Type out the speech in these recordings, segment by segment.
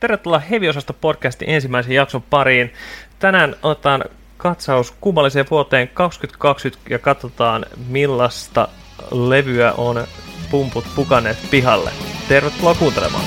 Tervetuloa Heavy-osasta podcastin ensimmäisen jakson pariin. Tänään otetaan katsaus kummalliseen vuoteen 2020 ja katsotaan millaista levyä on pumput pukanneet pihalle. Tervetuloa kuuntelemaan.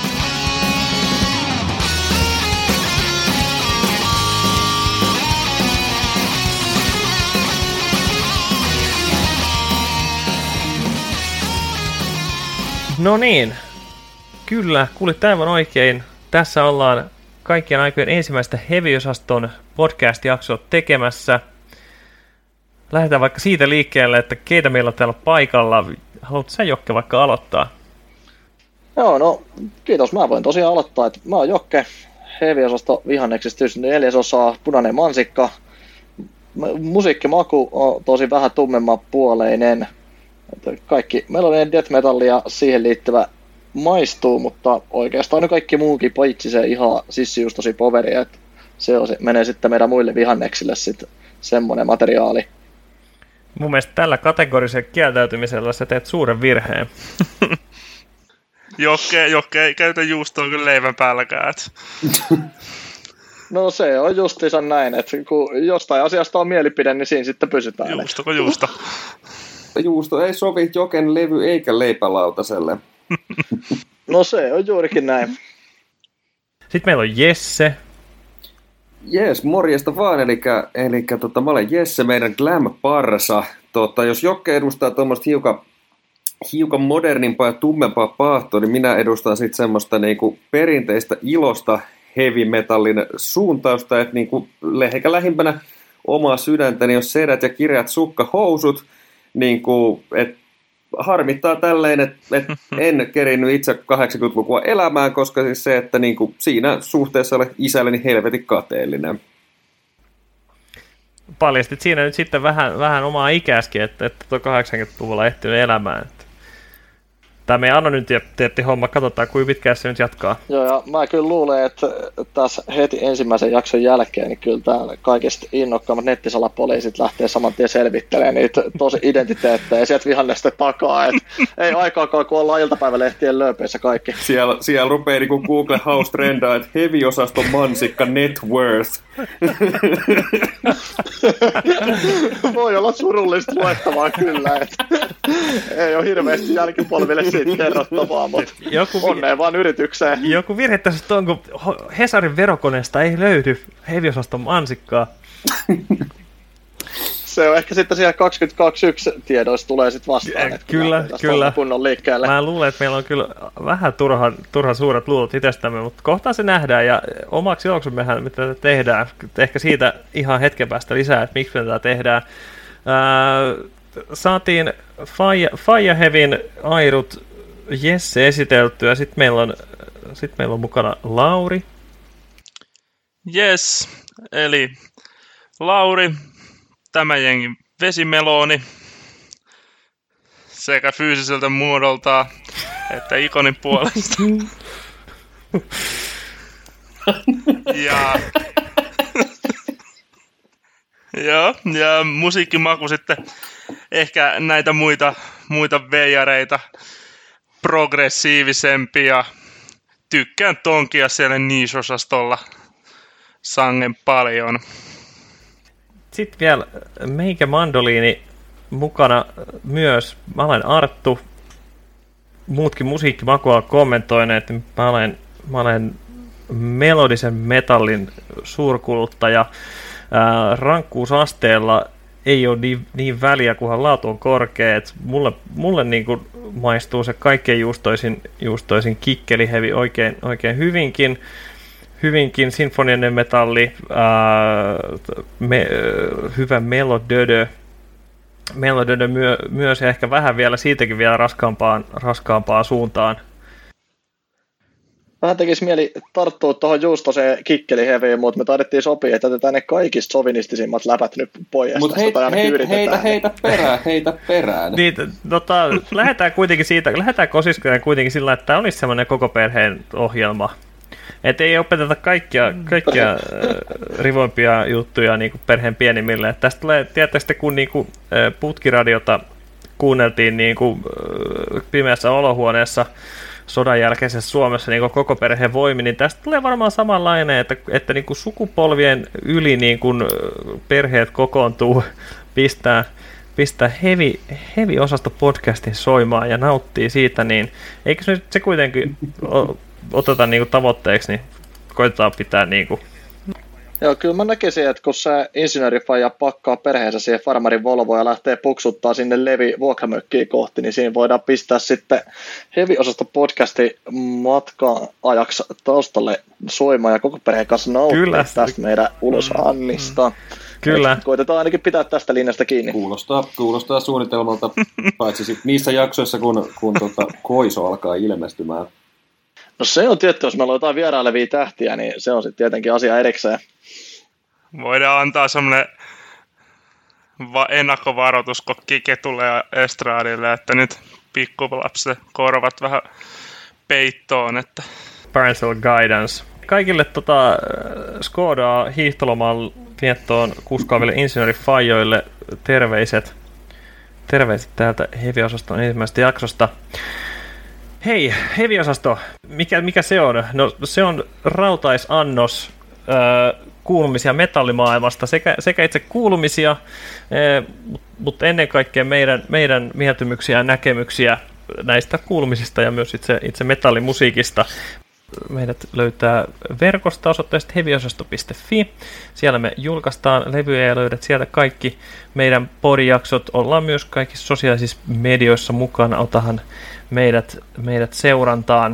No niin, kyllä, kuulit aivan oikein. Tässä ollaan kaikkien aikojen ensimmäistä Heavy-osaston podcast-jaksoa tekemässä. Lähdetään vaikka siitä liikkeelle, että keitä meillä on täällä paikalla. Haluatko sä, Jokke, vaikka aloittaa? Joo, no kiitos. Mä voin tosiaan aloittaa. Että mä oon Jokke, Heavy-osasto vihanneksista 4. punainen mansikka. Musiikkimaku on tosi vähän tummemman puoleinen. Kaikki melodinen death metal ja siihen liittyvä maistuu, mutta oikeastaan kaikki muukin paitsi se ihan sissijuustosi poveri, että se menee sitten meidän muille vihanneksille sitten semmoinen materiaali. Mun mielestä tällä kategorisella kieltäytymisellä sä teet suuren virheen. Jokke ei käytä juustoa kyllä leivän päälläkään. No se on justiinsa näin, että kun jostain asiasta on mielipide, niin siinä sitten pysytään. Juustoko juusto? Juusto ei sovi Joken levy eikä leipälautaselle. No se on juurikin näin. Sitten meillä on Jesse. Jees, morjesta vaan. Eli mä olen Jesse, meidän glam-parsa. Jos Jokke edustaa tuommoista hiukan modernimpaa ja tummempaa paahtoa, niin minä edustan sitten semmoista niinku perinteistä ilosta heavy metallin suuntausta, että niinku ehkä lähimpänä omaa sydäntäni, jos sedät ja kireät sukkahousut, niinku, harmittaa tälleen, että en kerinnyt itse 80-lukua elämään, koska siis se, että niinku siinä suhteessa olen isälleni helvetin kateellinen. Paljastit siinä nyt sitten vähän omaa ikäskin, että 80-luvulla ehtinyt elämään. Tämä meidän anonymiteettihomma, katsotaan kuinka pitkään se nyt jatkaa. Joo, ja mä kyllä luulen, että tässä heti ensimmäisen jakson jälkeen, niin kyllä täällä kaikista innokkaammat nettisalapoliisit lähtee saman tien selvittelemään niitä tosi identiteettejä sieltä vihannesta takaa. Et ei aikaakaan, kun ollaan iltapäivälehtien lööpeissä kaikki. Siellä rupeaa niin kuin Google House trendaa, että Heavy-osaston mansikka net worth. Voi olla surullista luettavaa kyllä, että ei ole hirveästi jälkipolville siitä kerrottavaa, mutta onneen vaan yritykseen. Joku virhe tässä on, kun Hesarin verokoneesta ei löydy Heavy-osaston mansikkaa. Se on ehkä sitten siellä 2021 tiedoissa tulee sitten vastaan. Kyllä. Kunnon liikkeelle. Mä luulen, että meillä on kyllä vähän turhan suuret luulot itsestämme, mutta kohtaan se nähdään ja omaksi iloksemmehän, mitä tätä tehdään. Ehkä siitä ihan hetken päästä lisää, että miksi me tätä tehdään. Saatiin Faija Hevin airut Jesse esiteltyä, sitten meillä on mukana Lauri. Yes, eli Lauri, tämä jengin vesimeloni, sekä fyysiseltä muodoltaan että ikonin puolesta. ja musiikkimaku sitten ehkä näitä muita veijareita progressiivisempia. Tykkään tonkia siellä niche-osastolla sangen paljon. Sitten vielä meikä mandoliini mukana myös. Mä olen Arttu. Muutkin musiikkimakua kommentoineet. Mä olen melodisen metallin suurkuluttaja. Rankkuusasteella ei ole niin väliä, kunhan laatu on korkea. Et mulle niin kuin maistuu se kaikkein juustoisin kikkelihevi oikein hyvinkin sinfoninen metalli, hyvä melodödö myös ehkä vähän vielä siitäkin vielä raskaampaan suuntaan. Vähän tekisi mieli tarttua tuohon juustoseen kikkeliheviin, mutta me taidettiin sopia, että jätetään ne kaikista sovinistisimmat läpät nyt pois. Mutta heitä perään. Niin, lähdetään kosiskelemaan kuitenkin sillä, että tämä olisi semmoinen koko perheen ohjelma. Että ei opeteta kaikkia rivoimpia juttuja niin kuin perheen pienimmille. Et tästä tulee, tietysti kun niin kuin, putkiradiota kuunneltiin niin kuin, pimeässä olohuoneessa sodan jälkeisessä Suomessa niin koko perheen voimin, niin tästä tulee varmaan samanlainen, että niin kuin sukupolvien yli niin kuin perheet kokoontuu, pistää heavy-osasta podcastin soimaan ja nauttii siitä, niin eikö se kuitenkin oteta niin kuin tavoitteeksi, niin koitetaan pitää niin kuin. Joo, kyllä mä näkisin, että kun se insinöörifaija pakkaa perheensä siihen farmarin Volvoon ja lähtee puksuttaa sinne Levi vuokramökkiin kohti, niin siinä voidaan pistää sitten heavy-osasta podcastin matka-ajaksi taustalle soimaan ja koko perheen kanssa nauttia tästä meidän ulosannista. Kyllä. Koitetaan ainakin pitää tästä linjasta kiinni. Kuulostaa suunnitelmalta, paitsi sitten niissä jaksoissa, kun Koiso alkaa ilmestymään. No se on tietty, jos meillä on jotain vierailevia tähtiä, niin se on sitten tietenkin asia erikseen. Voidaan antaa semmoinen ennakkovaroitus, kun Kike tulee estraadille, että nyt pikkulapset korvat vähän peittoon. Että. Parental guidance. Kaikille Skodaa hiihtolomaan viettoon kuskaaville insinöörifajoille terveiset täältä Heavy-osaston ensimmäisestä jaksosta. Hei, Heavy-osasto, mikä se on? No se on rautaisannos kuulumisia metallimaailmasta, sekä itse kuulumisia, mutta ennen kaikkea meidän mieltymyksiä ja näkemyksiä näistä kuulumisista ja myös itse metallimusiikista. Meidät löytää verkosta osoitteesta heavyosasto.fi. Siellä me julkaistaan levyjä ja löydät sieltä kaikki meidän podijaksot. Ollaan myös kaikissa sosiaalisissa medioissa mukana. Otahan meidät seurantaan.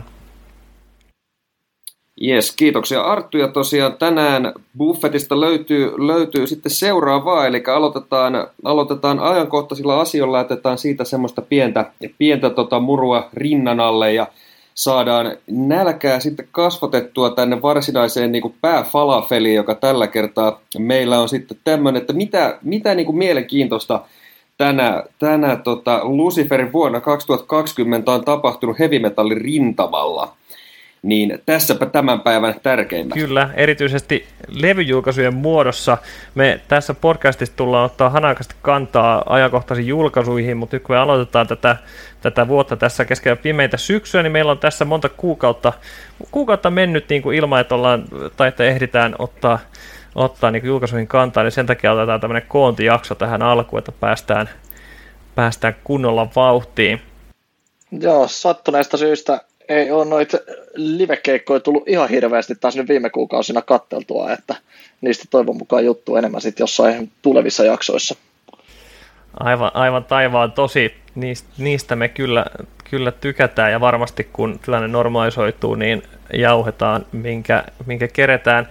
Jes, kiitoksia Arttu. Ja tosiaan tänään Buffetista löytyy sitten seuraavaa, eli aloitetaan ajankohtaisilla asioilla, laitetaan siitä semmoista pientä murua rinnan alle ja saadaan nälkää sitten kasvatettua tänne varsinaiseen niin kuin pääfalafeliin, joka tällä kertaa meillä on sitten tämmöinen, että mitä niin kuin mielenkiintoista tänä Luciferin vuonna 2020 on tapahtunut heavy metallin rintamalla. Niin tässäpä tämän päivän tärkeimmät. Kyllä, erityisesti levyjulkaisujen muodossa. Me tässä podcastissa tullaan ottaa hanakasti kantaa ajankohtaisiin julkaisuihin, mutta nyt kun me aloitetaan tätä vuotta tässä keskellä pimeitä syksyä, niin meillä on tässä monta kuukautta mennyt niin kuin ilman, että ehditään ottaa niin kuin julkaisuihin kantaa, niin sen takia otetaan tämmöinen koontijakso tähän alkuun, että päästään kunnolla vauhtiin. Joo, sattuneesta syystä ei ole noita livekeikkoja tullut ihan hirveästi taas nyt viime kuukausina katteltua, että niistä toivon mukaan juttuu enemmän sitten jossain tulevissa jaksoissa. Aivan taivaan tosi. Niistä me kyllä tykätään ja varmasti kun tilanne normalisoituu, niin jauhetaan minkä keretään.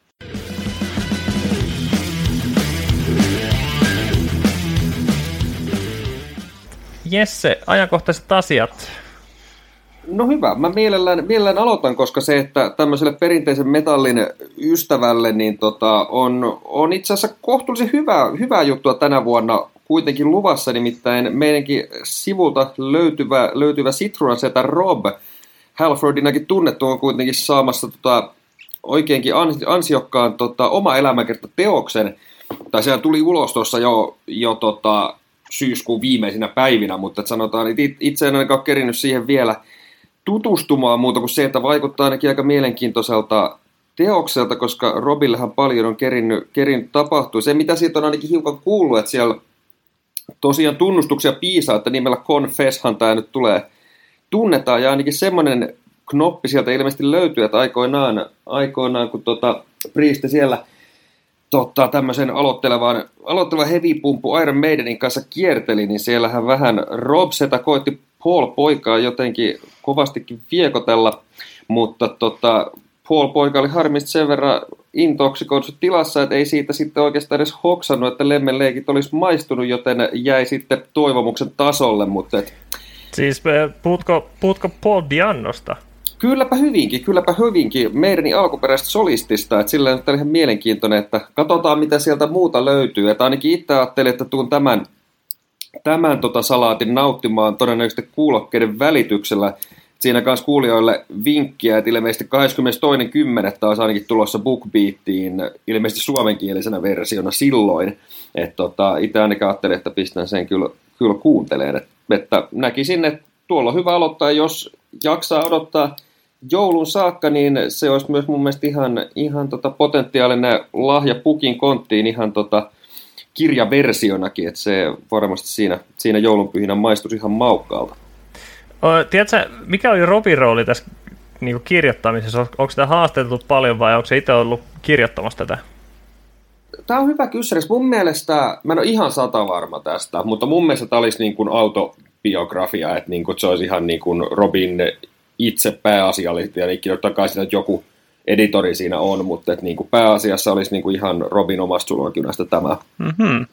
Jesse, ajankohtaiset asiat. No hyvä, mä mielellään aloitan, koska se, että tämmöiselle perinteisen metallin ystävälle niin on itse asiassa kohtuullisen hyvää juttua tänä vuonna kuitenkin luvassa, nimittäin meidänkin sivulta löytyvä Citroen setä Rob Halfordinakin tunnettu on kuitenkin saamassa oikeinkin ansiokkaan oma elämäkertateoksen, tai sehän tuli ulos tuossa jo syyskuun viimeisinä päivinä, mutta sanotaan, että itse en ainakaan kerinyt siihen vielä tutustumaan muuta kuin se, että vaikuttaa ainakin aika mielenkiintoiselta teokselta, koska Robillehan paljon on kerinnyt tapahtua. Se, mitä siitä on ainakin hiukan kuullut, että siellä tosiaan tunnustuksia piisaa, että nimellä Confesshan tämä nyt tunnetaan, ja ainakin semmoinen knoppi sieltä ilmeisesti löytyy, että aikoinaan kun Priest siellä tämmöisen aloittelevan heavy-pumpu Iron Maidenin kanssa kierteli, niin siellähän vähän Rob Setä koitti Paul-poikaa jotenkin kovastikin viekotella, mutta Paul-poika oli harmisesti sen verran intoksikoidussa tilassa, että ei siitä sitten oikeastaan edes hoksannut, että lemmenleikit olisi maistunut, joten jäi sitten toivomuksen tasolle. Siis puhutko Paul Di'Annosta? Kylläpä hyvinkin. Meidänin alkuperäistä solistista, että sillä on ihan mielenkiintoinen, että katsotaan mitä sieltä muuta löytyy. Että ainakin itse ajattelin, että tuun tämän salaatin nauttimaan todennäköisesti kuulokkeiden välityksellä. Siinä kanssa kuulijoille vinkkiä, että ilmeisesti 22.10. olisi ainakin tulossa BookBeatiin ilmeisesti suomenkielisenä versiona silloin. Että itse ainakin ajattelin, että pistän sen kyllä kuunteleen. Että näkisin, että tuolla on hyvä aloittaa, jos jaksaa odottaa joulun saakka, niin se olisi myös mun mielestä ihan potentiaalinen lahja pukin konttiin ihan kirjaversionakin, että se varmasti siinä joulunpyhinä maistuisi ihan maukkaalta. Tiedätkö, mikä oli Robin rooli tässä niin kuin kirjoittamisessa? Onko sitä haastateltu paljon vai onko se itse ollut kirjoittamassa tätä? Tämä on hyvä kysymys. Mun mielestä, mä en ole ihan satavarma tästä, mutta mun mielestä tämä olisi niin kuin autobiografia, että niin kuin se olisi ihan niin kuin Robin itse pääasiallisesti, ja niin totta kai siinä joku editori siinä on, mutta että niin kuin pääasiassa olisi niin kuin ihan Robin omasta sulokynästä tämä. Mm-hmm.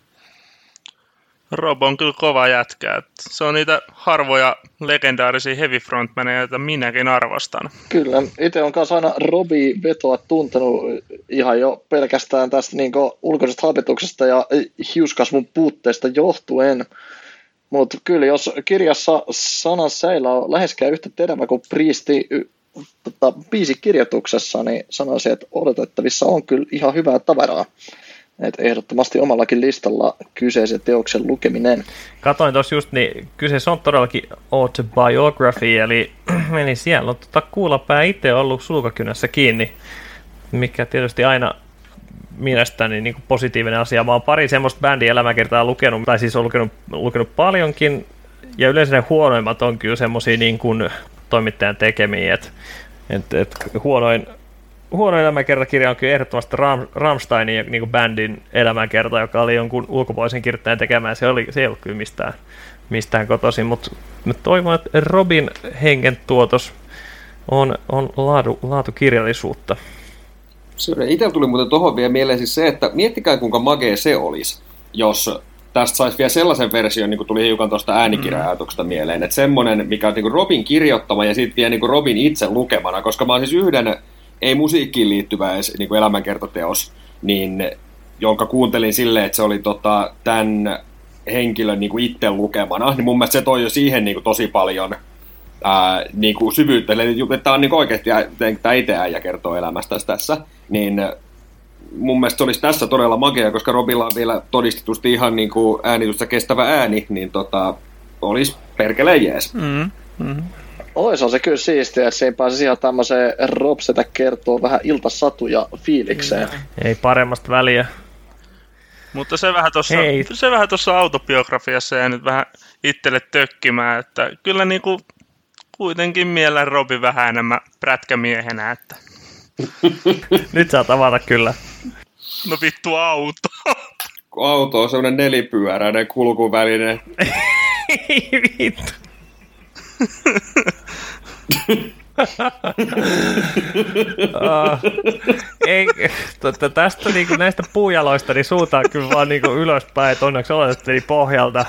Rob on kyllä kova jätkä. Se on niitä harvoja legendaarisia heavy frontmaneja, joita minäkin arvostan. Kyllä, itse on kanssa aina Robbie vetoa tuntenut ihan jo pelkästään tästä niin ulkoisesta hapetuksesta ja hiuskasvun puutteesta johtuen. Mutta kyllä, jos kirjassa sanan säilä on läheskään yhtä terävä kuin Priesti biisikirjoituksessa, niin sanoisin, että odotettavissa on kyllä ihan hyvää tavaraa. Et ehdottomasti omallakin listalla kyseisen teoksen lukeminen. Katoin tuossa just, niin kyseessä on todellakin autobiography, eli siellä on kuulapää itse ollut sulkakynässä kiinni, mikä tietysti aina mielestäni niin kuin positiivinen asia. Mä oon pari semmoista bändin elämäkertaa lukenut, tai siis on lukenut paljonkin, ja yleensä ne huonoimmat on kyllä semmosia niin kuin toimittajan tekemiä, että huono elämänkertakirja on kyllä ehdottomasti Rammsteinin niin kuin bändin elämänkerta, joka oli jonkun ulkopuolisen kirjoittajan tekemään. Se ei ollut kyllä mistään kotoisin, mutta toivon, että Robin hengen tuotos on laatukirjallisuutta. Itsellä tuli muuten tuohon vielä mieleen siis se, että miettikää kuinka magea se olisi, jos tästä saisi vielä sellaisen version, niin kuin tuli hiukan tuosta äänikirja-ajatuksesta mieleen, että semmoinen, mikä on niin kuin Robin kirjoittama ja sitten vielä niin kuin Robin itse lukemana, koska mä oon siis yhden ei musiikkiin liittyvä edes niin kuin elämänkertateos, niin, jonka kuuntelin silleen, että se oli tämän henkilön niin kuin itse lukemana, niin mun mielestä se toi jo siihen niin kuin tosi paljon niin kuin syvyyttä, eli tämä on niin kuin oikeasti tämä itse äijä kertoo elämästä tässä, niin mun mielestä se olisi tässä todella magea, koska Robilla on vielä todistetusti ihan niin kuin äänitystä kestävä ääni, niin olisi perkeleen jees. Mm-hmm. On se kyllä siistiä, että siinä pääsisi ihan tämmöiseen Robsetä kertoo vähän iltasatuja fiilikseen. Ei paremmasta väliä. Mutta se vähän tuossa autobiografiassa ja nyt vähän itselle tökkimään, että kyllä niinku kuitenkin mielen Robin vähän enemmän prätkämiehenä, että nyt saa tavata kyllä. No vittu auto. Auto on semmoinen nelipyöräinen kulkuväline. Ei vittu. Tästä niinku näistä puujaloista niin suuntaan kyllä vaan niinku ylöspäin, että onneksi oletetteli pohjalta.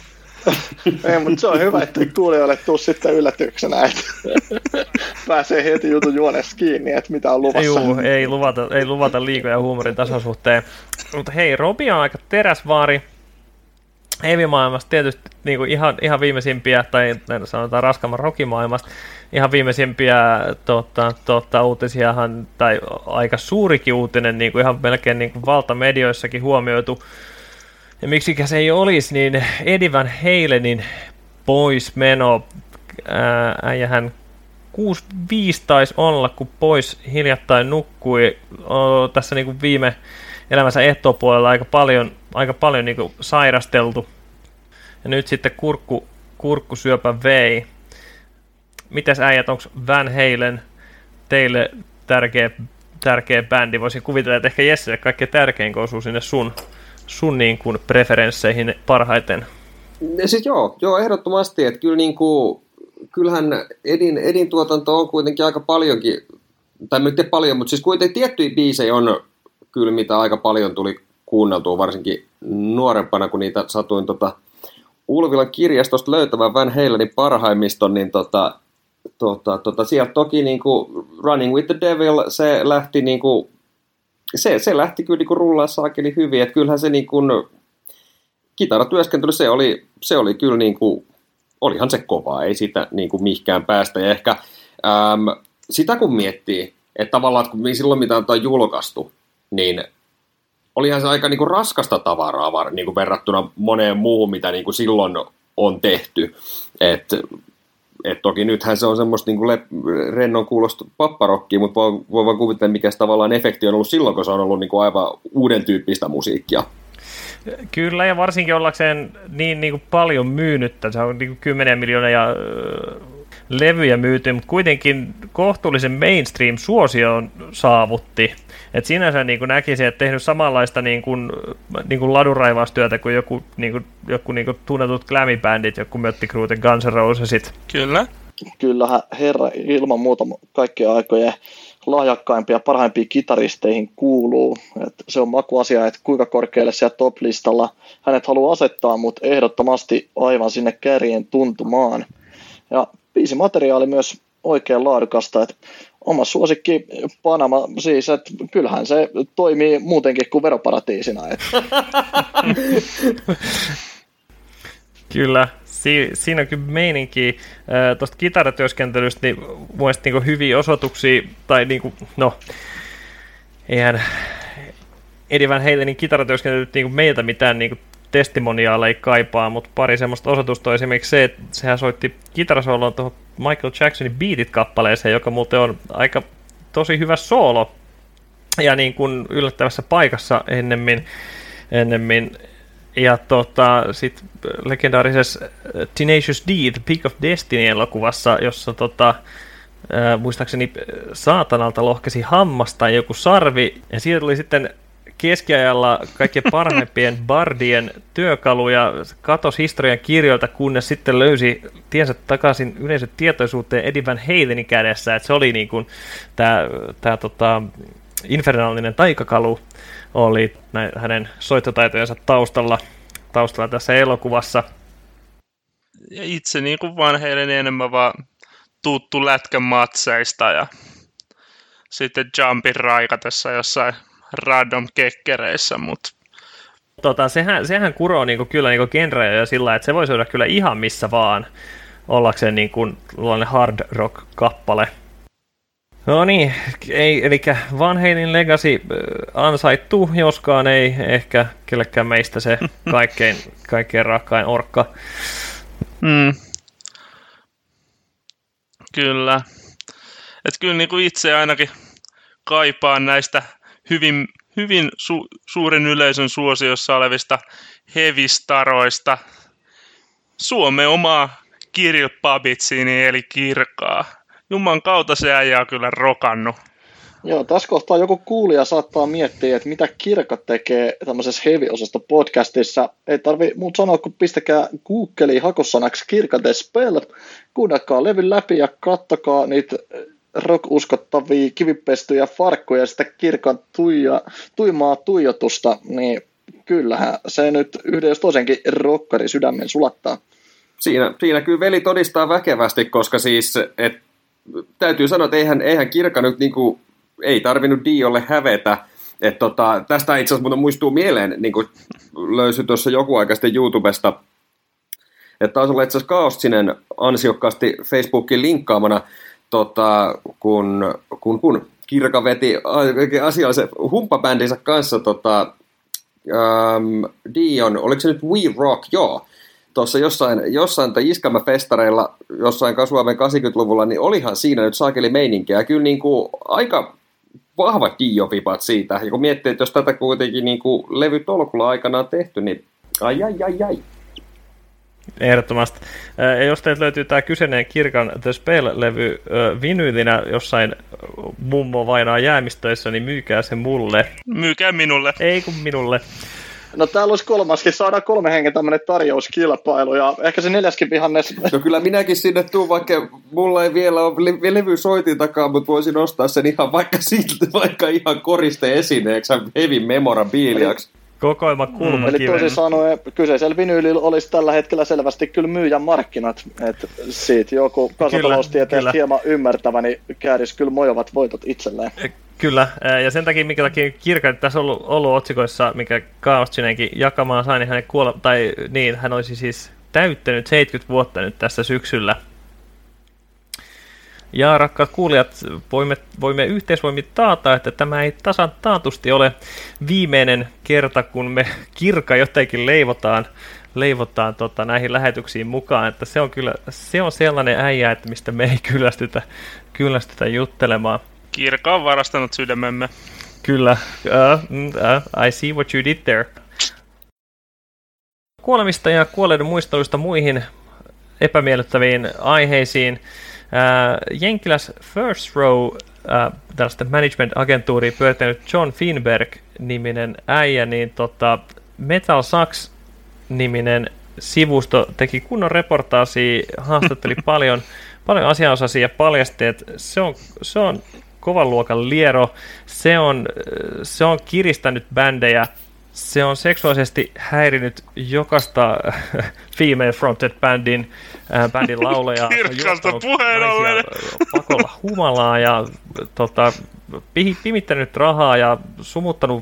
Ei, mutta se on hyvä, että kuulijoille tuu sitten yllätyksenä, että pääsee heti jutun juonessa kiinni, että mitä on luvassa. Juu, ei luvata liikoja huumorin tasosuhteen. Mutta hei, Robi on aika teräsvaari. Heavy-maailmasta tietysti niin kuin ihan viimeisimpiä, tai sanotaan raskaamman rockimaailmasta, ihan viimeisimpiä uutisiahan, tai aika suurikin uutinen, niin kuin ihan melkein niin kuin valtamedioissakin huomioitu. Ja miksikä se ei olisi, niin Eddie Van Halenin poismeno, äijähän 65 taisi olla, kun pois hiljattain nukkui. Tässä niin kuin viime elämänsä ehtoopuolella aika paljon niin kuin sairasteltu. Ja nyt sitten kurkkusyöpä vei. Mitäs äijät, onko Van Halen teille tärkeä bändi? Voisin kuvitella, että ehkä Jesselle kaikkein tärkein, kun osuu sinne sun niin kuin preferensseihin parhaiten. Siis joo, ehdottomasti. Että kyllä niin kuin, kyllähän Edin tuotanto on kuitenkin aika paljonkin, tai nyt ei paljon, mutta siis kuitenkin tiettyjä biisejä on kyllä, mitä aika paljon tuli kuunneltua, varsinkin nuorempana, kun niitä satuin Ulvilan kirjastosta löytämään Van Halenin parhaimmiston, niin sieltä toki niin kuin Running with the Devil, se lähti niin kuin, se lähti kyllä niin kuin rullaa saakeli hyvin, että kyllähän se niin kuin kitaratyöskentely, se oli kyllä niin kuin, olihan se kovaa, ei sitä niin kuin mihinkään päästä, ja ehkä sitä kun miettii, että tavallaan kun silloin mitä on julkaistu, niin olihan se aika niin kuin raskasta tavaraa niin kuin verrattuna moneen muuhun, mitä niin kuin silloin on tehty. Et toki nythän se on semmoista niin kuin rennon kuulosta papparokkia, mutta voi vaan kuvitella, mikä se tavallaan efekti on ollut silloin, kun se on ollut niin kuin aivan uuden tyyppistä musiikkia. Kyllä, ja varsinkin ollakseen niin kuin paljon myynyttä, se on niin kuin 10 miljoonia levyjä myyty, mutta kuitenkin kohtuullisen mainstream-suosion saavutti. Et sinänsä niin kuin näkisin, että tehnyt samanlaista niin kuin ladunraivaustyötä kuin joku tunnetut glammy-bändit, joku Mötley Crüe, Guns N' Rosesit. Kyllä. Kyllähän herra ilman muuta kaikkien aikojen lahjakkaimpia ja parhaimpia kitaristeihin kuuluu. Et se on makuasia, että kuinka korkealle siellä top-listalla hänet haluaa asettaa, mutta ehdottomasti aivan sinne kärjen tuntumaan. Ja biisimateriaali myös oikein laadukasta, että oma suosikki Panama siis, että kyllähän se toimii muutenkin kuin veroparatiisina. Kyllä, siinä on kyllä meininkiä tuosta kitaratyöskentelystä, niin mielestäni niin hyviä osoituksia, tai niin kuin, no, eihän Eddie Van Halenin kitaratyöskentelyt niin meiltä mitään niin testimoniaaleja kaipaa, mutta pari semmoista osoitusta on esimerkiksi se, että sehän soitti kitarasooloon tuohon Michael Jacksonin Beat It-kappaleeseen, joka muuten on aika tosi hyvä soolo ja niin kuin yllättävässä paikassa ennemmin. Ja sitten legendaarisessa Tenacious D, The Peak of Destiny-elokuvassa, jossa muistaakseni saatanalta lohkesi hammasta joku sarvi, ja siitä tuli sitten keskiajalla kaikkien parhaimpien bardien työkaluja, katosi historian kirjoilta, kunnes sitten löysi tiensä takaisin yleisön tietoisuuteen Eddie Van Halenin kädessä, että se oli niin kuin tämä infernaalinen taikakalu oli hänen soittotaitojensa taustalla tässä elokuvassa. Ja itse niin kuin Van Halen enemmän vaan tuttu lätkän matseista ja sitten jumpin raikatessa jossain random kekkereissä, mutta sehän kuroo niinku kyllä niinku genreja ja sillä, että se voi soida kyllä ihan missä vaan ollakseen niinku hard rock kappale. No niin, eli Van Halen Legacy ansaittu, joskaan ei ehkä kellekään meistä se kaikkein rakkain orkka. Kyllä. Että kyllä niin kuin itse ainakin kaipaan näistä hyvin suuren yleisön suosiossa olevista hevistaroista Suomen omaa Kirill Babitzini eli Kirkaa. Juman kautta se äijä on kyllä rokannut. Joo, tässä kohtaa joku kuulija saattaa miettiä, että mitä Kirka tekee tämmöisessä heavy-osasta podcastissa. Ei tarvi muuta sanoa, kun pistäkää Googleen hakusanaksi Kirka The Spell. Kuunnelkaa levyn läpi ja kattokaa niitä rock-uskottavia kivipestyjä farkkuja ja sitä Kirkan tuimaa tuijotusta. Niin kyllähän se nyt yhden jos toisenkin rockari sydämen sulattaa. Siinä kyllä veli todistaa väkevästi, koska siis täytyy sanoa, että eihän Kirka nyt niinku, ei tarvinnut Diolle hävetä. Tästä itse asiassa muistuu mieleen, niin kuin löysin tuossa joku aika sitten YouTubesta, että taisi olla itse asiassa Kaostinen ansiokkaasti Facebookin linkkaamana, kun Kirka veti asiallisen humppabändinsä kanssa Dion, oliko se nyt We Rock, joo. Tuossa jossain iskelmäfestareilla, jossain kasvuaven 80-luvulla, niin olihan siinä nyt saakeli meininkiä. Kyllä niin kuin aika vahvat Dio-vipat siitä. Ja kun miettii, että jos tätä kuitenkin niin kuin levytolkulla aikanaan tehty, niin ai. Ehdottomasti. Ja jos teiltä löytyy tämä kyseinen Kirkan The Spell-levy vinyylinä jossain mummo vainaa jäämistöissä, niin myykää se mulle. Myykää minulle. Ei kun minulle. No täällä olisi kolmaskin, saadaan 3 hengen tämmöinen tarjouskilpailu ja ehkä se 4. vihannes. No kyllä minäkin sinne tuun, vaikka mulla ei vielä ole levy soitin takaa, mutta voisin ostaa sen ihan vaikka ihan koriste-esineeksi, heavy memorabiliaksi. Kokoelma kulmakiven. Eli toisin sanoen kyseisellä vinyylillä olisi tällä hetkellä selvästi kyllä myyjän markkinat, että siitä joku kansantaloustieteestä hieman ymmärtävä, niin käärisi kyllä mojovat voitot itselleen. Kyllä, ja sen takia, minkä takia Kirka tässä on ollut otsikoissa, mikä Kaostsinenkin jakamaan sai, niin hän olisi siis täyttänyt 70 vuotta nyt tässä syksyllä. Ja rakkaat kuulijat, voimme yhteisvoimin taata, että tämä ei tasan taatusti ole viimeinen kerta, kun me Kirka jotenkin leivotaan leivotaan näihin lähetyksiin mukaan, että se on sellainen äijä, että mistä me ei kyllästytä juttelemaan. Kirka on varastanut sydämemme. Kyllä, I see what you did there. Kuolemista ja kuolleiden muisteluista muihin epämiellyttäviin aiheisiin. Jenkkiläs First Row, tällaista management-agentuuria pyörittänyt John Finberg-niminen äijä, niin Metal Sucks-niminen sivusto teki kunnon reportaasia, haastatteli paljon asianosaisia ja paljasti, että se on kovan luokan liero, se on kiristänyt bändejä, se on seksuaalisesti häirinyt jokaista female-fronted bändin laulajaa. Kirkasta puheen ollen. Pakolla humalaa ja pimittänyt rahaa ja sumuttanut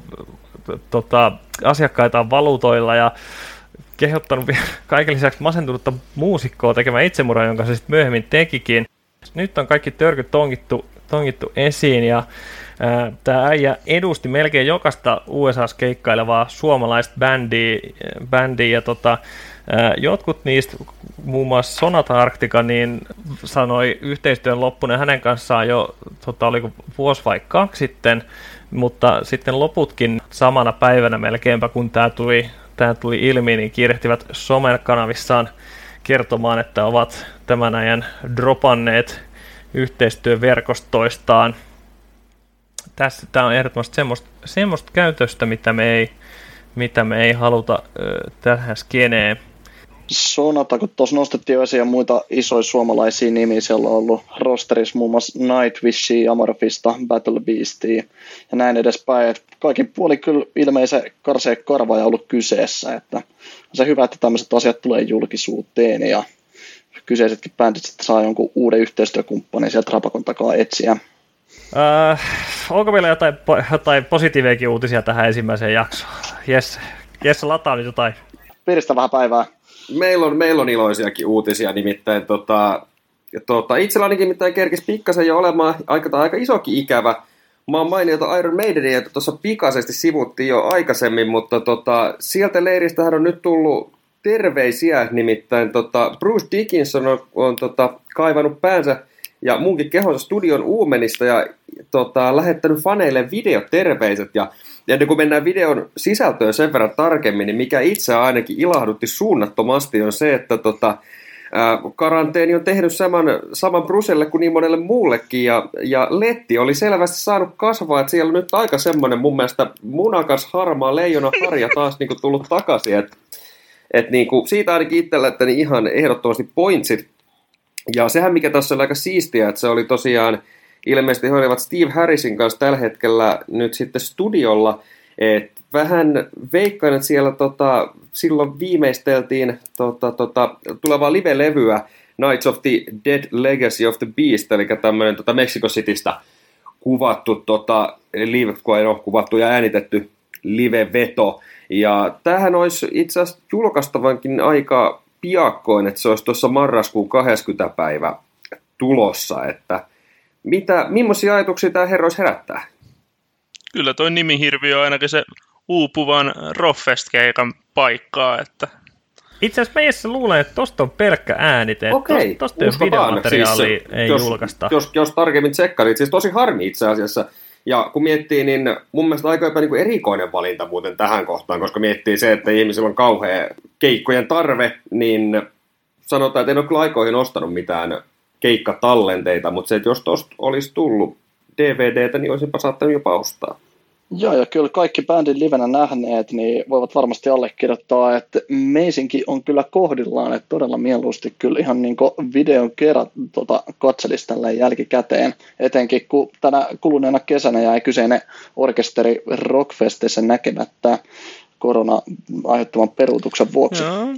asiakkaitaan valuutoilla ja kehottanut kaiken lisäksi masentunutta muusikkoa tekemään itsemurhaa, jonka se sitten myöhemmin tekikin. Nyt on kaikki törkyt tongittu esiin ja tämä äijä edusti melkein jokaista USA:ssa keikkailevaa suomalaista bändiä ja jotkut niistä, muun muassa Sonata Arctica, niin sanoi yhteistyön loppuneen hänen kanssaan jo, oliko vuosi vai 2 sitten, mutta sitten loputkin samana päivänä melkeinpä, kun tämä tuli ilmi, niin kiirehtivät somekanavissaan kertomaan, että ovat tämän ajan dropanneet yhteistyöverkostoistaan. Tämä on ehdottomasti semmoista käytöstä, mitä me ei haluta tähän skeneen. Sonata, kun tuossa nostettiin esiin ja muita isoja suomalaisia nimiä, siellä on ollut rosterissa muun muassa Nightwishia, Amorphista, Battle Beastia ja näin edespäin. Et kaikin puolin kyllä ilmeisen karsee karvaa ja ollut kyseessä. Että on se hyvä, että tämmöiset asiat tulee julkisuuteen ja kyseisetkin bändit sitten saa jonkun uuden yhteistyökumppanin sieltä rapakon takaa etsiä. Onko meillä jotain positiiviakin uutisia tähän ensimmäiseen jaksoon? Jesse, lataa nyt jotain. Piristä vähän päivää. Meillä on iloisiakin uutisia, nimittäin itsellä ainakin mitään kerkisi pikkasen jo olemaan aika isokin ikävä. Mä oon mainiota Iron Maidenia, että tuossa pikaisesti sivuttiin jo aikaisemmin, mutta sieltä leiristähän on nyt tullut terveisiä, nimittäin Bruce Dickinson on kaivannut päänsä ja munkin kehonsa studion uumenista ja lähettänyt faneille videoterveiset. Ja ennen kuin mennään videon sisältöön sen verran tarkemmin, niin mikä itse ainakin ilahdutti suunnattomasti on se, että karanteeni on tehnyt saman Brucelle kuin niin monelle muullekin. Ja letti oli selvästi saanut kasvaa, että siellä on nyt aika semmoinen mun mielestä munakas harmaa leijona harja taas niin kuin tullut takaisin. Et niin kuin, siitä ainakin itsellä, että niin ihan ehdottomasti pointsit. Ja sehän mikä tässä oli aika siistiä, että se oli tosiaan ilmeisesti he olivat Steve Harrisin kanssa tällä hetkellä nyt sitten studiolla. Et vähän veikkaan, että siellä silloin viimeisteltiin tulevaa live-levyä Knights of the Dead Legacy of the Beast, eli tämmöinen Mexico Citystä kuvattu, kuvattu ja äänitetty live-veto. Ja tämähän olisi itse asiassa julkaistavankin aika piakkoin, että se olisi tuossa marraskuun 20. päivä tulossa, että millaisia ajatuksia tämä herrois herättää? Kyllä toi nimihirviö on ainakin se uupuvan Rockfest-keikan paikkaa, että itse asiassa meissä luulen, että tosta on pelkkä äänite. Okei, tosta jos videomateriaalia siis, ei julkaista. Jos tarkemmin tsekkarit, siis tosi harmi itse asiassa. Ja kun miettii, niin mun mielestä aika jopa niin kuin erikoinen valinta muuten tähän kohtaan, koska miettii se, että ihmisillä on kauhea keikkojen tarve, niin sanotaan, että en ole kyllä aikoihin ostanut mitään keikkatallenteita, mutta se, että jos tosta olisi tullut DVDtä, niin olisinpa saattanut jopa ostaa. Joo, ja kyllä kaikki bändin livenä nähneet, niin voivat varmasti allekirjoittaa, että meisinkin on kyllä kohdillaan, että todella mieluusti kyllä ihan niin kuin videon kerran katselisi tälleen jälkikäteen, etenkin kun tänä kuluneena kesänä jäi kyseinen orkesteri Rockfestissä näkemättä korona aiheuttaman peruutuksen vuoksi. Joo.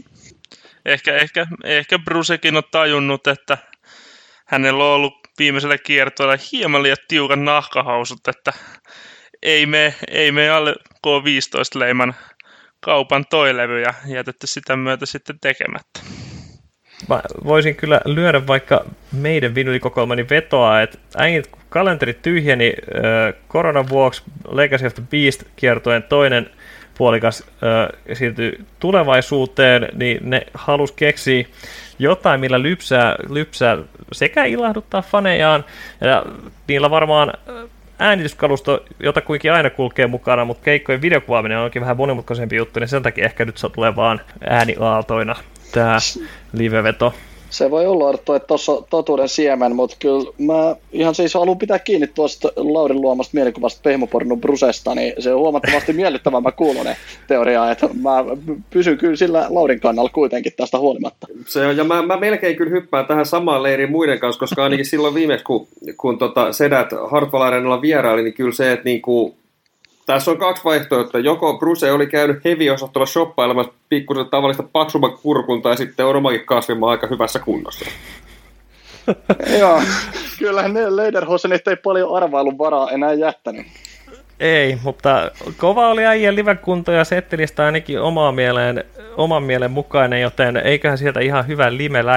Ehkä Brucekin on tajunnut, että hänellä on ollut viimeisellä kiertoilla hieman liian tiukan nahkahausut, että ei me alle K15-leiman kaupan toi levy ja jätetty sitä myötä sitten tekemättä. Mä voisin kyllä lyödä vaikka meidän vinylikokoelmani vetoa, että äijät kalenteri tyhjeni koronan vuoksi Legacy of the Beast -kiertojen puolikas siirtyi tulevaisuuteen, niin ne halusi keksiä jotain, millä lypsää sekä ilahduttaa fanejaan, ja niillä varmaan äänityskalusto, jota kuitenkin aina kulkee mukana, mutta keikkojen videokuvaaminen on oikein vähän monimutkaisempi juttu, niin sen takia ehkä nyt se tulee vaan ääniaaltoina tämä liveveto. Se voi olla, Arttu, että tuossa totuuden siemen, mutta kyllä mä ihan siis haluan pitää kiinni tuosta Laurin luomasta mielikuvasta Pehmopornon Brusesta, niin se on huomattavasti miellyttävämmän kuulonen teoria, että mä pysyn kyllä sillä Laurin kannalla kuitenkin tästä huolimatta. Se on, ja mä melkein kyllä hyppään tähän samaan leiriin muiden kanssa, koska ainakin silloin viimeksi, kun Sedät Hartwall Arenalla vieraili, niin kyllä se, että niinku, tässä on kaksi vaihtoehtoa. Joko Bruce oli käynyt heavy-osastolla shoppailemassa pikkusen tavallista paksumman kurkun, tai sitten on omakin kasvimaa aika hyvässä kunnossa. Joo, kyllähän ne Lederhosenit ei paljon arvailun varaa enää jättänyt. Ei, mutta kova oli äijän livekunto ja settilista ainakin oman mielen mukainen, joten eiköhän sieltä ihan hyvä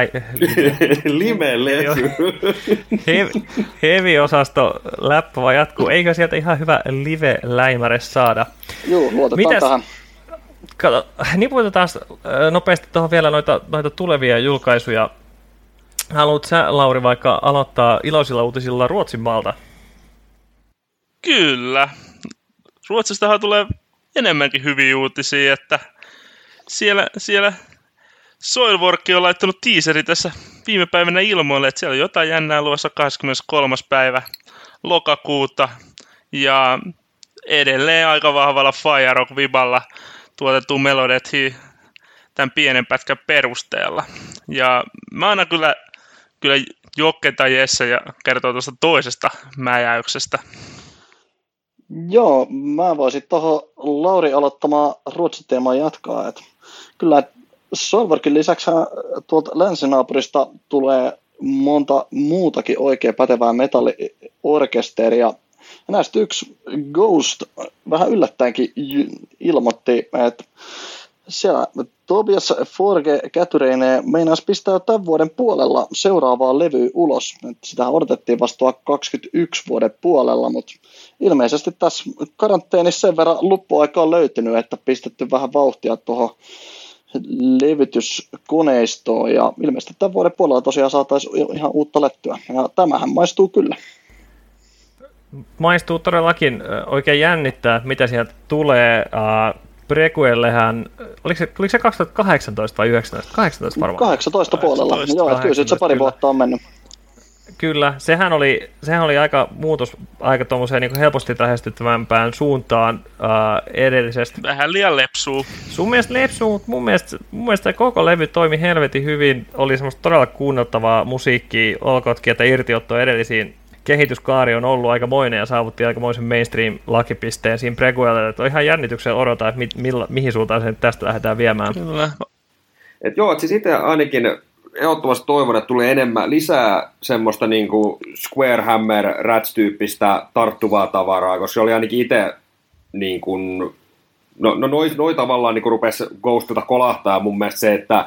heavy-osasto läppä jatkuu. Eikö sieltä ihan hyvä live-läimäre saada? Joo, luotetaan tähän. Kato, niputetaan nopeasti tuohon vielä noita tulevia julkaisuja. Haluatko sä, Lauri, vaikka aloittaa iloisilla uutisilla Ruotsin maalta? Kyllä. Ruotsistahan tulee enemmänkin hyviä uutisia, että siellä Soilwork on laittanut teaseri tässä viime päivänä ilmoille, että siellä on jotain jännää luvassa 23. päivä lokakuuta ja edelleen aika vahvalla Fire Rock-viballa tuotettu Melodettiin tämän pienen pätkän perusteella. Ja mä annan kyllä Jokke tai Jesse ja kertoo tuosta toisesta mäjäyksestä. Joo, mä voisin tuohon Lauri aloittamaan Ruotsin teemaa jatkaa. Että kyllä Soilworkin lisäksi tuolta länsinaapurista tulee monta muutakin oikein pätevää metalliorkesteria. Ja näistä yksi Ghost vähän yllättäenkin ilmoitti, että siellä Tobias Forge kätyreineen meinaisi pistää jo tämän vuoden puolella seuraavaa levyä ulos. Sitä odotettiin vasta 2021 vuoden puolella, mutta ilmeisesti tässä karanteenissa sen verran luppuaika on löytynyt, että pistetty vähän vauhtia tuohon levytyskoneistoon. Ja ilmeisesti tämän vuoden puolella tosiaan saataisiin ihan uutta lettyä. Ja tämähän maistuu kyllä. Maistuu todellakin. Oikein jännittää, että mitä sieltä tulee. Prequellehän, oliko se 2018 vai 19? 18 varmaan. 18 puolella, 18, joo, että kyllä se pari vuotta on mennyt. Kyllä, sehän oli aika muutos aika tuommoiseen niin helposti lähestyttävämpään suuntaan edellisestä. Vähän liian lepsuu. Sun mielestä lepsuu, mutta mun mielestä koko levy toimi helvetin hyvin. Oli semmoista todella kuunneltavaa musiikkia, olkootkin, että irtiotto edellisiin kehityskaari on ollut aikamoinen ja saavutti aikamoisen mainstream-lakipisteen siinä prequelille, että on ihan jännityksellä odota, että mihin suuntaan sen tästä lähdetään viemään. Kyllä. Et joo, siis itse ainakin ehdottomasti toivon, että tulee lisää semmoista niinku Square Hammer Rats-tyyppistä tarttuvaa tavaraa, koska se oli ainakin itse niin kuin, noi tavallaan niin rupesi Ghostilta kolahtaa mun mielestä se, että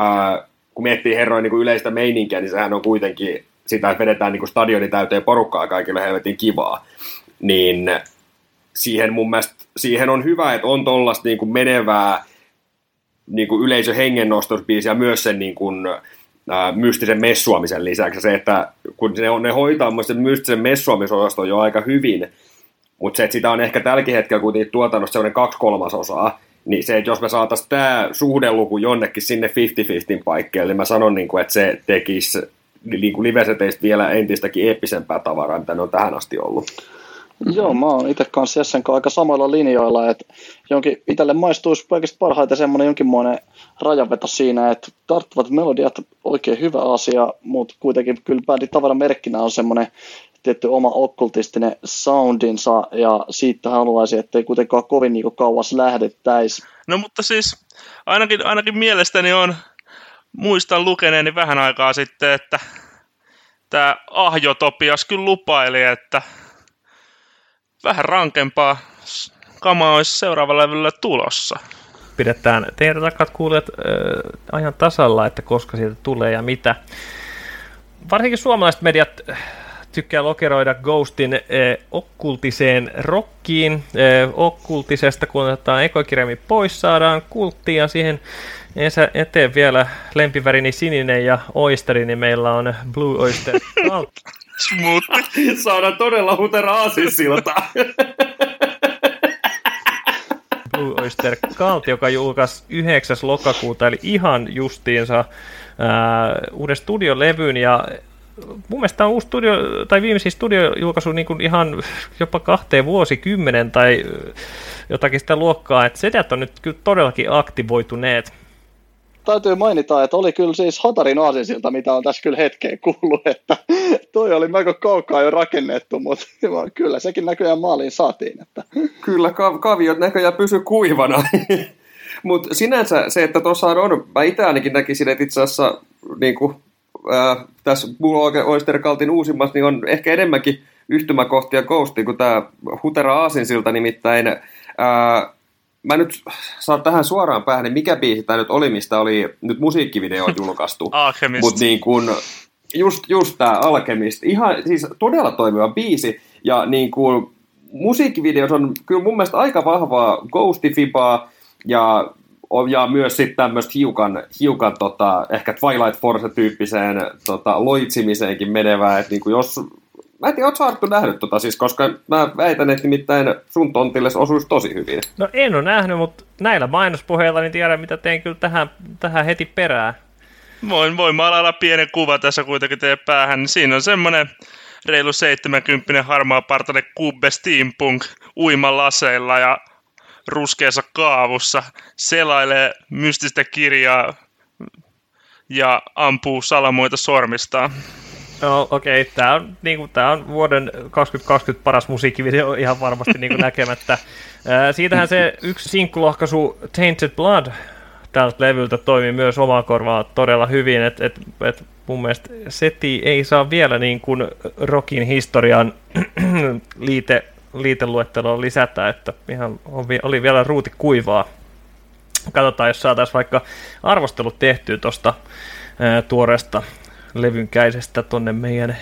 kun miettii herroin niin yleistä meininkiä, niin sehän on kuitenkin sitä, että vedetään niin stadionin täyteen porukkaa kaikille helvetin kivaa, niin siihen mun mielestä siihen on hyvä, että on tollaista niin kuin menevää niin kuin yleisön hengennostusbiisiä myös sen niin kuin, mystisen messuamisen lisäksi. Se, että kun ne hoitaa sen mystisen messuamisosaston jo aika hyvin, mutta se, että sitä on ehkä tälläkin hetkellä kuitenkin tuotannossa sellainen 2/3, niin se, että jos me saataisiin tämä suhdeluku jonnekin sinne 50-50 paikkeelle, niin mä sanon, että se tekisi liveseteistä vielä entistäkin eeppisempää tavaraa, mitä ne on tähän asti ollut. Joo, mä oon itse kanssa Jessen kanssa aika samoilla linjoilla, että itselle maistuisi kaikista parhaiten semmoinen jonkinmoinen rajanveto siinä, että tarttuvat melodiat oikein hyvä asia, mutta kuitenkin kyllä bändin tavaramerkkinä on semmoinen tietty oma okkultistinen soundinsa, ja siitä haluaisin, ettei kuitenkaan kovin niin kauas lähdettäisi. No mutta siis ainakin mielestäni on, muistan lukeneeni vähän aikaa sitten, että tämä Ahjo-Topias kyllä lupaili, että vähän rankempaa kamaa olisi seuraavalla levyllä tulossa. Pidetään teidän rakkaat kuulijat ajan tasalla, että koska siitä tulee ja mitä. Varsinkin suomalaiset mediat tykkää lokeroida Ghostin okkultiseen rockiin. Okkultisesta, kun otetaan ekokirjami pois, saadaan kulttia ja siihen eteen vielä lempivärini sininen ja oysteri, niin meillä on Blue Oyster Cult. Smoothie. Saadaan todella hutera aasinsilta. Blue Oyster Cult, joka julkaisi 9. lokakuuta, eli ihan justiinsa uuden studiolevyn, ja mun mielestä on uusi studio, tai viimeisin studiojulkaisu niin kuin ihan jopa 2 vuosikymmenen tai jotakin sitä luokkaa, että sedät on nyt kyllä todellakin aktivoituneet. Täytyy mainita, että oli kyllä siis Hatarin aasinsilta, mitä on tässä kyllä hetkeen kuullut, että toi oli melko kaukaa jo rakennettu, mutta kyllä sekin näköjään maaliin saatiin. Että. Kyllä, kaviot näköjään pysy kuivana. Mutta sinänsä se, että tuossa on, mä itse ainakin näkisin, että itse asiassa niin kuin, tässä Blue Oyster Cultin uusimmassa niin on ehkä enemmänkin yhtymäkohtia Ghostiin kuin tämä hutera aasinsilta, nimittäin mä nyt saan tähän suoraan päähän, niin mikä biisi tämä nyt oli, mistä oli nyt musiikkivideo julkaistu. Alchemist. Mutta niin kun, just tämä Alchemist, ihan siis todella toimiva biisi, ja niin kun, musiikkivideos on kyllä mun mielestä aika vahvaa Ghostifibaa, ja myös sitten tämmöistä hiukan ehkä Twilight Force-tyyppiseen loitsimiseenkin menevää, että niin jos mä en tiedä, ootko Arttu nähnyt siis, koska mä väitän, että nimittäin sun tontille osuisi tosi hyvin. No en ole nähnyt, mutta näillä mainospohjalla niin tiedän, mitä teen kyllä tähän heti perään. Voin maalalla pienen kuva tässä kuitenkin teidän päähän. Siinä on semmoinen reilu 70 harmaapartainen kubbe steampunk uimalaseilla ja ruskeassa kaavussa. Selailee mystistä kirjaa ja ampuu salamoita sormistaan. No okei, tää on vuoden 2020 paras musiikkivideo ihan varmasti näkemättä. Siitähän se yksi sinkkulohkaisu Tainted Blood tältä levyltä toimii myös omaa korvaa todella hyvin, et mun mielestä seti ei saa vielä niin kuin rockin historian liiteluetteloon lisätä, että ihan oli vielä ruuti kuivaa. Katsotaan, jos saataisiin vaikka arvostelut tehtyä tuosta tuoreesta levynkäisestä tonne meidän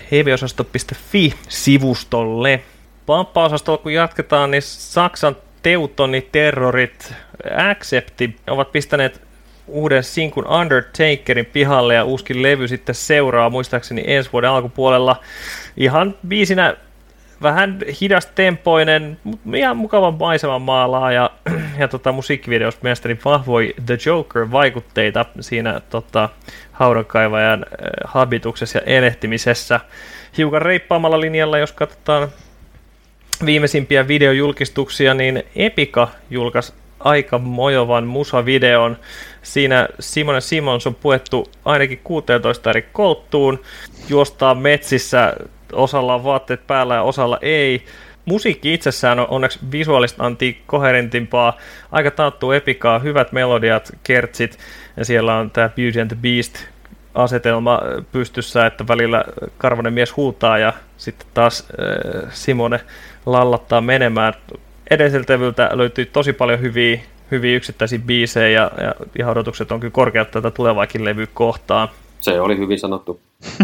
heavyosasto.fi-sivustolle. Pamppa-osastolla kun jatketaan, niin Saksan teutoniterrorit Accepti ovat pistäneet uuden sinkun Undertakerin pihalle, ja uuskin levy sitten seuraa muistaakseni ensi vuoden alkupuolella. Ihan biisinä vähän hidastempoinen, mutta ihan mukavan maiseman maalaa, ja musiikkivideossa mielestäni vahvoi The Joker-vaikutteita siinä haudankaivajan habituksessa ja elehtimisessä. Hiukan reippaamalla linjalla, jos katsotaan viimeisimpiä videojulkistuksia, niin Epica julkaisi aika mojovan musavideon. Siinä Simon & Simons on puettu ainakin 16 eri kolttuun, juostaa metsissä, osalla on vaatteet päällä ja osalla ei. Musiikki itsessään on onneksi visuaalista antii koherentimpaa, aika taattuu Epicaa, hyvät melodiat, kertsit, ja siellä on tämä Beauty and the Beast-asetelma pystyssä, että välillä karvainen mies huutaa ja sitten taas Simone lallattaa menemään. Edelliseltä levyltä löytyy tosi paljon hyviä yksittäisiä biisejä, ja ihan odotukset on kyllä korkeat tätä tulevaakin levyä kohtaan. Se oli hyvin sanottu.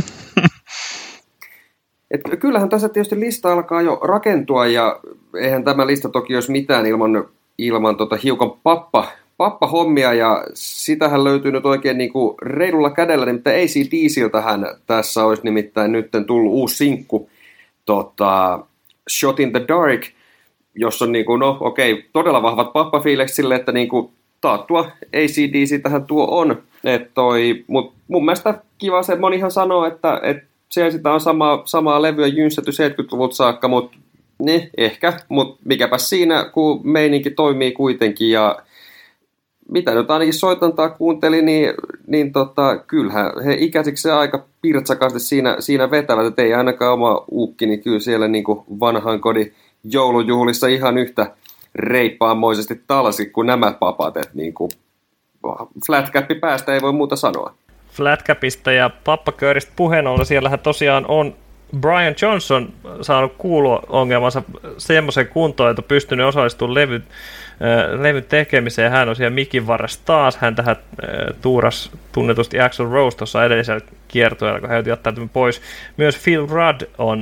Kyllähän tässä tietysti lista alkaa jo rakentua, ja eihän tämä lista toki olisi mitään ilman hiukan pappahommia, ja sitähän löytyy nyt oikein niin kuin reilulla kädellä, nimittäin AC/DC:ltähän tässä olisi nimittäin nyt tullut uusi sinkku, Shot in the Dark, jossa on niin kuin, todella vahvat pappafiilekset sille, että niin kuin taattua AC/DC tähän tuo on, mutta mun mielestä kiva se, monihan sanoo, että siellä sitä on samaa levyä jynssätty 70-luvulta saakka, mutta mutta mikäpä siinä, kun meininki toimii kuitenkin, ja mitä nyt ainakin soitantaa kuuntelin, niin kyllähän he ikäisiksi aika pirtsakasti siinä vetävät, että ei ainakaan oma uukki, niin kyllä siellä niin kuin vanhan kodin joulujuhlissa ihan yhtä reippaamoisesti talsi kuin nämä papat, että niin kuin flatcappi päästä ei voi muuta sanoa. Flatcapista ja pappakööristä puheen ollen, siellähän tosiaan on Brian Johnson saanut kuulo-ongelmansa semmoisen kuntoon, että on pystynyt osallistumaan levyn tekemiseen. Hän on siellä mikin varressa taas. Hän tähän tuuras tunnetusti Axl Rose tuossa edellisellä kiertueella, kun hän jouti ottaa tämän pois. Myös Phil Rudd on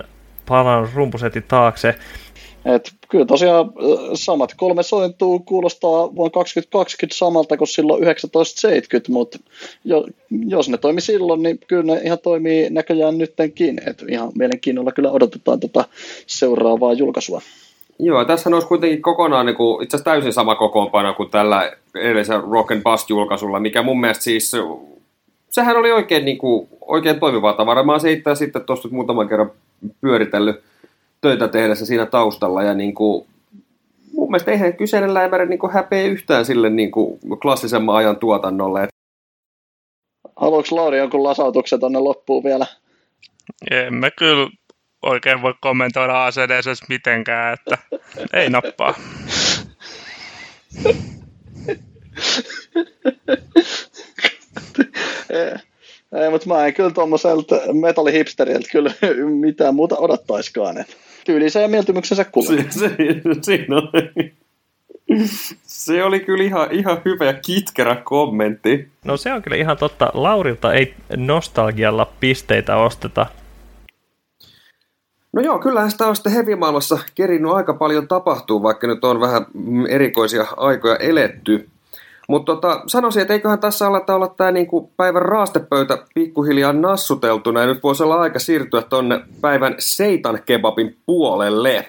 palannut rumpusetin taakse. Et kyllä tosiaan samat 3 sointua kuulostaa vuonna 2020 samalta kuin silloin 1970, mutta jos ne toimi silloin, niin kyllä ne ihan toimii näköjään nyttenkin. Et ihan mielenkiinnolla kyllä odotetaan tätä seuraavaa julkaisua. Joo, tässä olisi kuitenkin kokonaan niin kuin, itse asiassa täysin sama kokoonpano kuin tällä edellisellä Rock and Bust-julkaisulla, mikä mun mielestä siis, sehän oli oikein, niin kuin, oikein toimivaa tavaraa. Mä oon se itse sitten tuosta muutaman kerran pyöritellyt töitä tehdessä siinä taustalla, ja niin kuin, mun mielestä eihän kyseinen läimäri niin kuin häpeä yhtään sille niin kuin klassisemman ajan tuotannolle. Haluatko Lauri jonkun lasautuksen tonne loppuun vielä? En mä kyllä oikein voi kommentoida ACDC mitenkään, että ei nappaa. Ei, mutta mä en kyllä tommoselta metallihipsteriltä kyllä mitään muuta odottaiskaan. Tyylinsä ja mieltymyksensä kuulee. Se oli kyllä ihan hyvä ja kitkerä kommentti. No se on kyllä ihan totta. Laurilta ei nostalgialla pisteitä osteta. No joo, kyllähän sitä on sitten heavy-maailmassa kerinnyt aika paljon tapahtuu, vaikka nyt on vähän erikoisia aikoja eletty. Mutta sanoisin, että eiköhän tässä olla tämä niinku päivän raastepöytä pikkuhiljaa nassuteltuna, ja nyt voisi olla aika siirtyä tonne päivän seitan kebabin puolelle.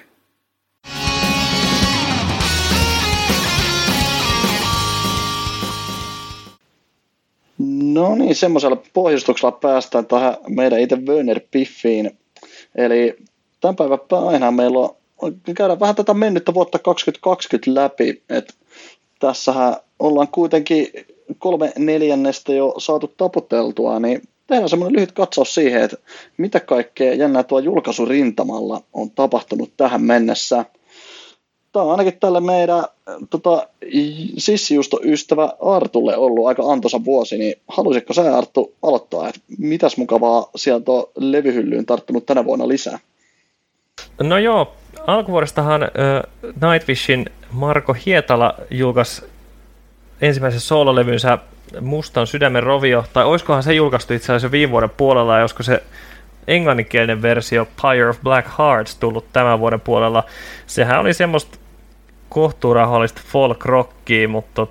No niin, semmoisella pohjustuksella päästään tähän meidän itse Wöner Piffiin. Eli tämän päivän pääaiheena meillä on, käydään vähän tätä mennyttä vuotta 2020 läpi, että tässähän ollaan kuitenkin 3/4 jo saatu taputeltua, niin tehdään semmoinen lyhyt katsaus siihen, että mitä kaikkea jännää tuo julkaisurintamalla on tapahtunut tähän mennessä. Tämä on ainakin tälle meidän sissijuustoystävä Artulle ollut aika antoisa vuosi, niin haluaisitko sä Arttu aloittaa, että mitäs mukavaa sieltä on levyhyllyyn tarttunut tänä vuonna lisää? No joo, alkuvuodestahan Nightwishin Marko Hietala julkaisi ensimmäisen soololevynsä Mustan sydämen rovio, tai olisikohan se julkaistu itse asiassa jo viime vuoden puolella, ja olisiko se englanninkielinen versio Pyre of Black Hearts tullut tämän vuoden puolella. Sehän oli semmoista kohtuurauhallista folk-rockia, mutta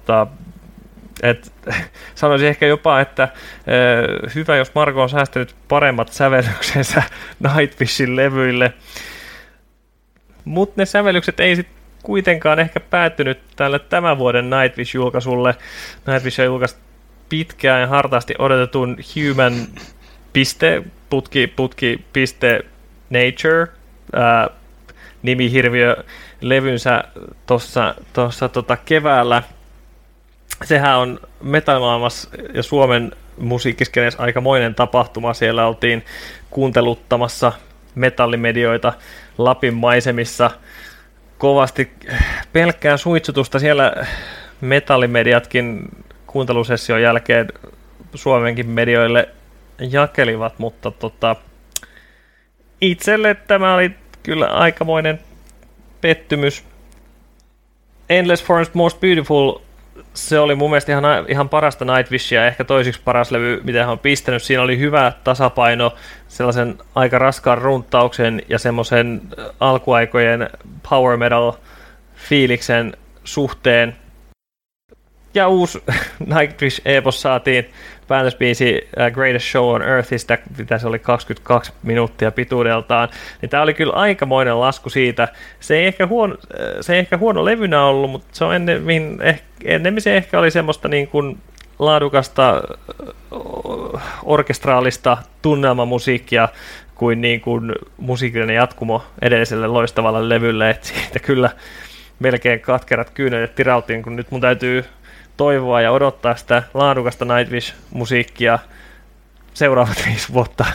sanoisin ehkä jopa, että hyvä, jos Marko on säästänyt paremmat sävellyksensä Nightwishin levyille. Mutta ne sävellykset ei sitten kuitenkaan ehkä päättynyt tälle tämän vuoden Nightwish-julkaisulle. Nightwish on julkaisi pitkään ja hartaasti odotetun Human.putki.nature nimihirviö-levynsä tuossa keväällä. Sehän on metallimaailmassa ja Suomen musiikkiskeneessä aikamoinen tapahtuma. Siellä oltiin kuunteluttamassa metallimedioita Lapin maisemissa. Kovasti pelkkää suitsutusta siellä metallimediatkin kuuntelusession jälkeen Suomenkin medioille jakelivat, mutta itselle tämä oli kyllä aikamoinen pettymys. Endless Forest Most Beautiful, se oli mun mielestä ihan parasta Nightwishia, ehkä toisiksi paras levy, mitä hän on pistänyt. Siinä oli hyvä tasapaino sellaisen aika raskaan runttauksen ja semmoisen alkuaikojen power metal fiiliksen suhteen. Ja uusi Nightwish-epos saatiin päätösbiisi Greatest Show on Earthistä, mitä se oli 22 minuuttia pituudeltaan. Niin tämä oli kyllä aikamoinen lasku siitä. Se ei ehkä huono levynä ollut, mutta se on ennemmin se ehkä oli semmoista niin kuin laadukasta orkestraalista tunnelmamusiikkia kuin, musiikillinen jatkumo edelliselle loistavalle levylle. Et siitä kyllä melkein katkerat kyynelet tirautiin, kun nyt mun täytyy toivoa ja odottaa sitä laadukasta Nightwish-musiikkia seuraavat 5 vuotta.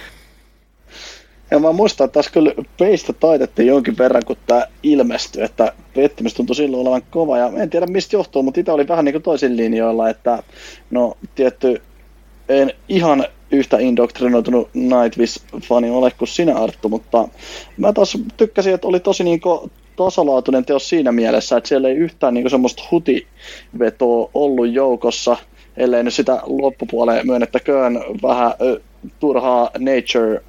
Ja mä muistan, että tässä kyllä peistä taitettiin jonkin verran, kun tämä ilmestyi, että pettymys tuntui silloin olevan kova. Ja en tiedä mistä johtuu, mutta itse oli vähän niin kuin toisin linjoilla, että no tietty en ihan yhtä indoktrinoitunut Nightwish-fani ole kuin sinä Arttu, mutta mä taas tykkäsin, että oli tosi niin kuin tasalaatuinen teos siinä mielessä, että siellä ei yhtään niin semmoista hutivetoa ollut joukossa, ellei nyt sitä loppupuoleen myönnettäköön vähän turhaa nature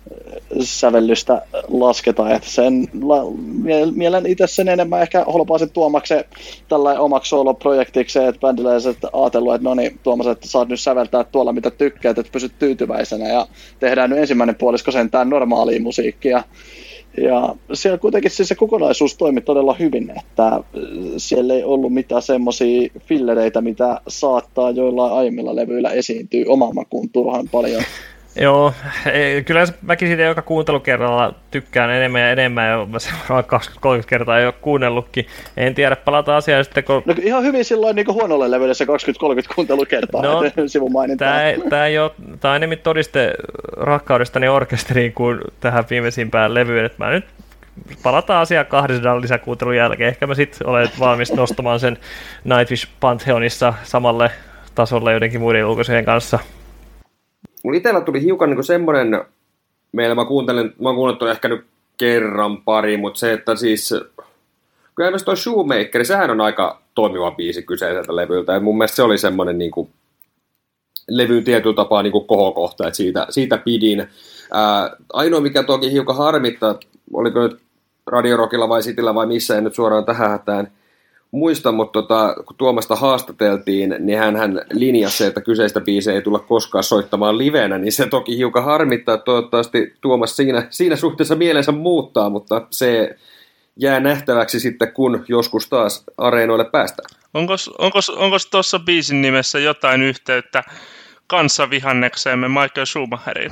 sävellystä lasketaan, että mielen itse sen enemmän ehkä holpaasin Tuomaksen tällainen omaksi solo-projektikseen, että bändiläiset ajatellut, että no niin Tuomas, että saat nyt säveltää tuolla mitä tykkäät, että pysyt tyytyväisenä ja tehdään nyt ensimmäinen puolisko sentään normaalia musiikkia. Ja siellä kuitenkin siis se kokonaisuus toimi todella hyvin, että siellä ei ollut mitään semmoisia fillereitä, mitä saattaa joillain aiemmilla levyillä esiintyä oman makuun turhan paljon. Joo, kyllä mäkin siitä joka kuuntelukerralla tykkään enemmän ja enemmän, ja mä seuraan 20-30 kertaa jo kuunnellutkin. En tiedä, palataan asiaan sitten, kun... No ihan hyvin silloin niin huonolle levylle se 20-30 kuuntelukertaa, no, sivun mainintaa. Tämä on enemmän todiste rakkaudestani orkesteriin kuin tähän viimeisimpään levyyn, että mä nyt palataan asiaan 200 lisäkuuntelun jälkeen. Ehkä mä sitten olen valmis nostamaan sen Nightwish Pantheonissa samalle tasolle joidenkin muiden ulkoisien kanssa. Mulla itsellä tuli hiukan niin semmoinen, mä oon kuunnellut ehkä nyt kerran pari, mutta se, että siis, kyllä myös toi Shoemaker, sehän on aika toimiva biisi kyseiseltä levyltä, ja mun mielestä se oli semmoinen niin kuin, levyn tietyllä tapaa niin kuin kohokohta, että siitä pidin. Ainoa, mikä toki hiukan harmittaa, oliko nyt Radio Rockilla vai Cityllä vai missä, en nyt suoraan tähän hätään muista, mutta kun Tuomasta haastateltiin, niin hän linjasi se, että kyseistä biisiä ei tulla koskaan soittamaan livenä, niin se toki hiukan harmittaa. Toivottavasti Tuomas siinä suhteessa mielensä muuttaa, mutta se jää nähtäväksi sitten, kun joskus taas areenoille päästään. Onko tuossa biisin nimessä jotain yhteyttä kanssavihannekseemme Michael Schumacheriin?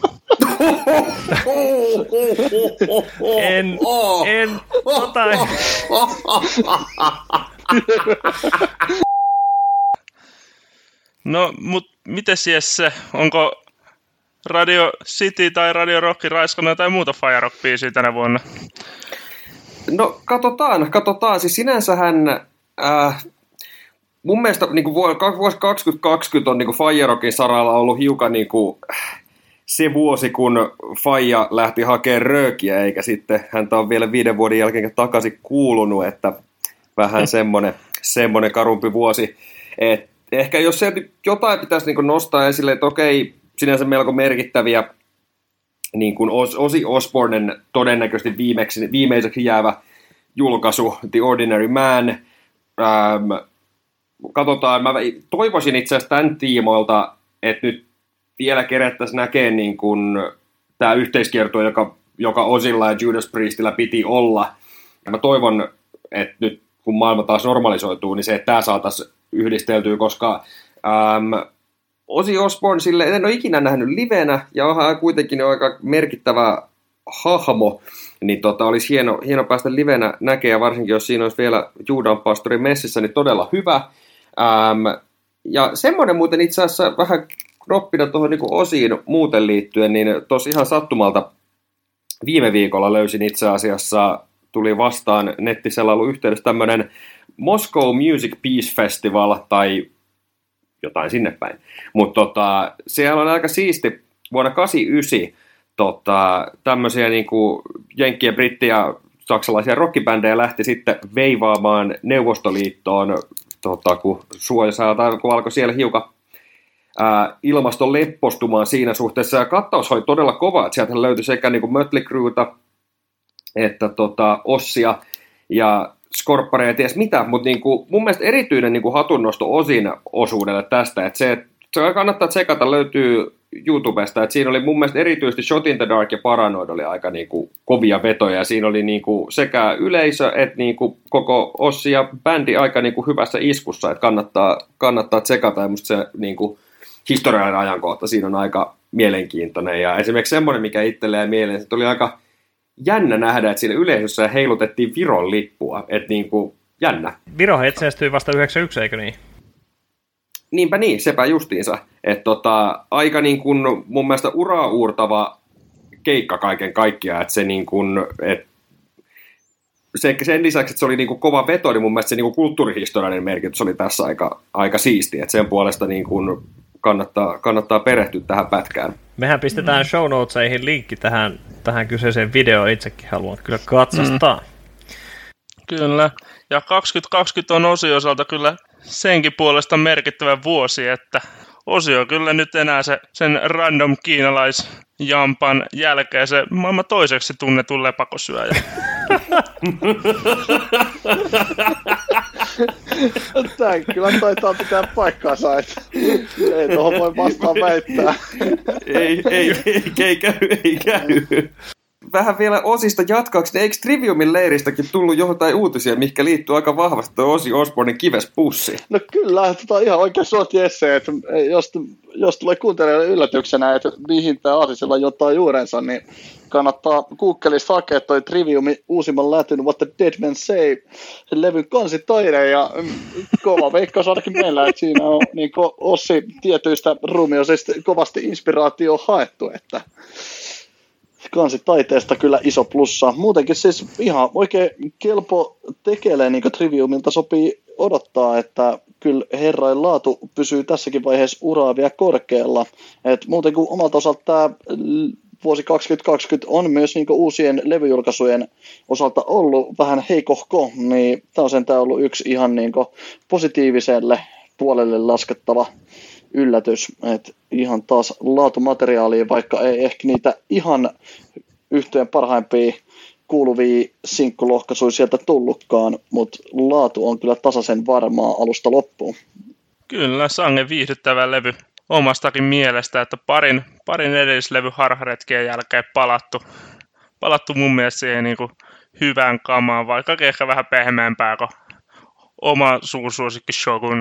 En No, mut mites Jesse, onko Radio City tai Radio Rock raiskannut jotain muuta Fire Rock-biisiä tänä vuonna? No, katsotaan. Siis sinänsähän mun mielestä niin vuosi 2020 on niin Fire Rockin saralla ollut hiukan niin kuin se vuosi, kun Faija lähti hakemaan röökiä, eikä sitten häntä on vielä 5 vuoden jälkeen takaisin kuulunut, että vähän semmoinen karumpi vuosi. Et ehkä jos sieltä jotain pitäisi niin nostaa esille, että okei, sinänsä melko merkittäviä niin kuin Ozzy Osbournen todennäköisesti viimeiseksi jäävä julkaisu, The Ordinary Man. Katsotaan, mä toivoisin itse asiassa tämän tiimoilta, että nyt vielä kerättäisiin näkemään niin kuin tämä yhteiskierto, joka Ozilla ja Judas Priestillä piti olla. Ja mä toivon, että nyt kun maailma taas normalisoituu, niin se, että tämä saataisiin yhdisteltyä, koska Ozzy Osbourne sille en ole ikinä nähnyt livenä, ja onhan kuitenkin aika merkittävä hahmo, niin olisi hieno päästä livenä näkemään, ja varsinkin jos siinä olisi vielä Juudan pastorin messissä, niin todella hyvä. Ja semmoinen muuten itse asiassa vähän knoppina tuohon niin Osiin muuten liittyen, niin tuossa ihan sattumalta viime viikolla löysin itse asiassa, tuli vastaan nettiselailun yhteydessä tämmöinen Moscow Music Peace Festival tai jotain sinne päin. Mutta siellä on aika siisti vuonna 1989 tämmöisiä niin kuin jenkkiä, britti- ja saksalaisia rockibändejä lähti sitten veivaamaan Neuvostoliittoon, kun alkoi siellä hiukan ilmaston leppostumaan siinä suhteessa, ja kattaus oli todella kova, että sieltä löytyi sekä niin kuin Mötley Crüeta, että Ossia, ja Scorpareja ja ties mitä, mutta niin kuin, mun mielestä erityinen niin kuin hatunnosto Ozin osuudelle tästä, että se kannattaa tsekata, löytyy YouTubesta, että siinä oli mun mielestä erityisesti Shot in the Dark ja Paranoid oli aika niin kuin kovia vetoja, ja siinä oli niin kuin sekä yleisö että niin kuin koko Ossi ja bändi aika niin kuin hyvässä iskussa, että kannattaa tsekata, ja musta se niin kuin historiallinen ajankohta siinä on aika mielenkiintoinen, ja esimerkiksi semmoinen, mikä itselleen mieleen, se tuli aika jännä nähdä, että siinä yleisössä heilutettiin Viron lippua, että niin kuin jännä. Virohan itsenäistyi vasta 91, eikö niin? Niinpä niin, sepä justiinsa. Että aika niin kuin mun mielestä uraa uurtava keikka kaiken kaikkiaan, että se niin kuin, sen lisäksi, että se oli niin kuin kova veto, niin mun mielestä se niin kuin kulttuurihistoriallinen merkitys oli tässä aika siistiä, että sen puolesta niin kuin kannattaa perehtyä tähän pätkään. Mehän pistetään show notesihin linkki tähän kyseiseen videoon, itsekin haluan kyllä katsastaa. Kyllä, ja 2020 on Ozzy osalta kyllä senkin puolesta merkittävä vuosi, että Osio kyllä nyt enää sen random kiinalaisjampan jälkeen se maailman toiseksi tunnetun lepakosyöjä. Tämä kyllä taitaa pitää paikkaansa, että ei tuohon voi vastaan väittää. Ei käy. Vähän vielä Osista jatkaakseni, eikö Triviumin leiristäkin tullut jotain uutisia, mikä liittyy aika vahvasti tuo Ozzy Osbournen kivespussi? No kyllä, ihan oikein suot Jesse, että jos tulee kuuntelijoille yllätyksenä, että mihin tämä artistilla jotain juurensa, niin kannattaa Googlesta hakea toi Triviumin uusimman lätyn What the Dead Men Say, sen levyn kansitaide, ja kova veikkaus ainakin meillä, että siinä on niin Ossi tietyistä ruumiosista kovasti inspiraatio haettu, että kansitaiteesta kyllä iso plussa. Muutenkin siis ihan oikein kelpo tekelee, niin kuin Triviumilta sopii odottaa, että kyllä herrain laatu pysyy tässäkin vaiheessa uraa vielä korkealla. Et muuten kuin omalta osalta tämä vuosi 2020 on myös niin kuin uusien levyjulkaisujen osalta ollut vähän heikohko, niin tämä on sentään ollut yksi ihan niin kuin positiiviselle puolelle laskettava yllätys, että ihan taas laatumateriaalia, vaikka ei ehkä niitä ihan yhteen parhaimpia kuuluvia sinkkulohkaisuja sieltä tullutkaan, mutta laatu on kyllä tasaisen varmaa alusta loppuun. Kyllä, sangen viihdyttävä levy omastakin mielestä, että parin edellislevy harharetkien jälkeen palattu mun mielestä siihen niin kuin hyvään kamaan, vaikka ehkä vähän pehmeämpää kuin oma suursuosikki Shogun.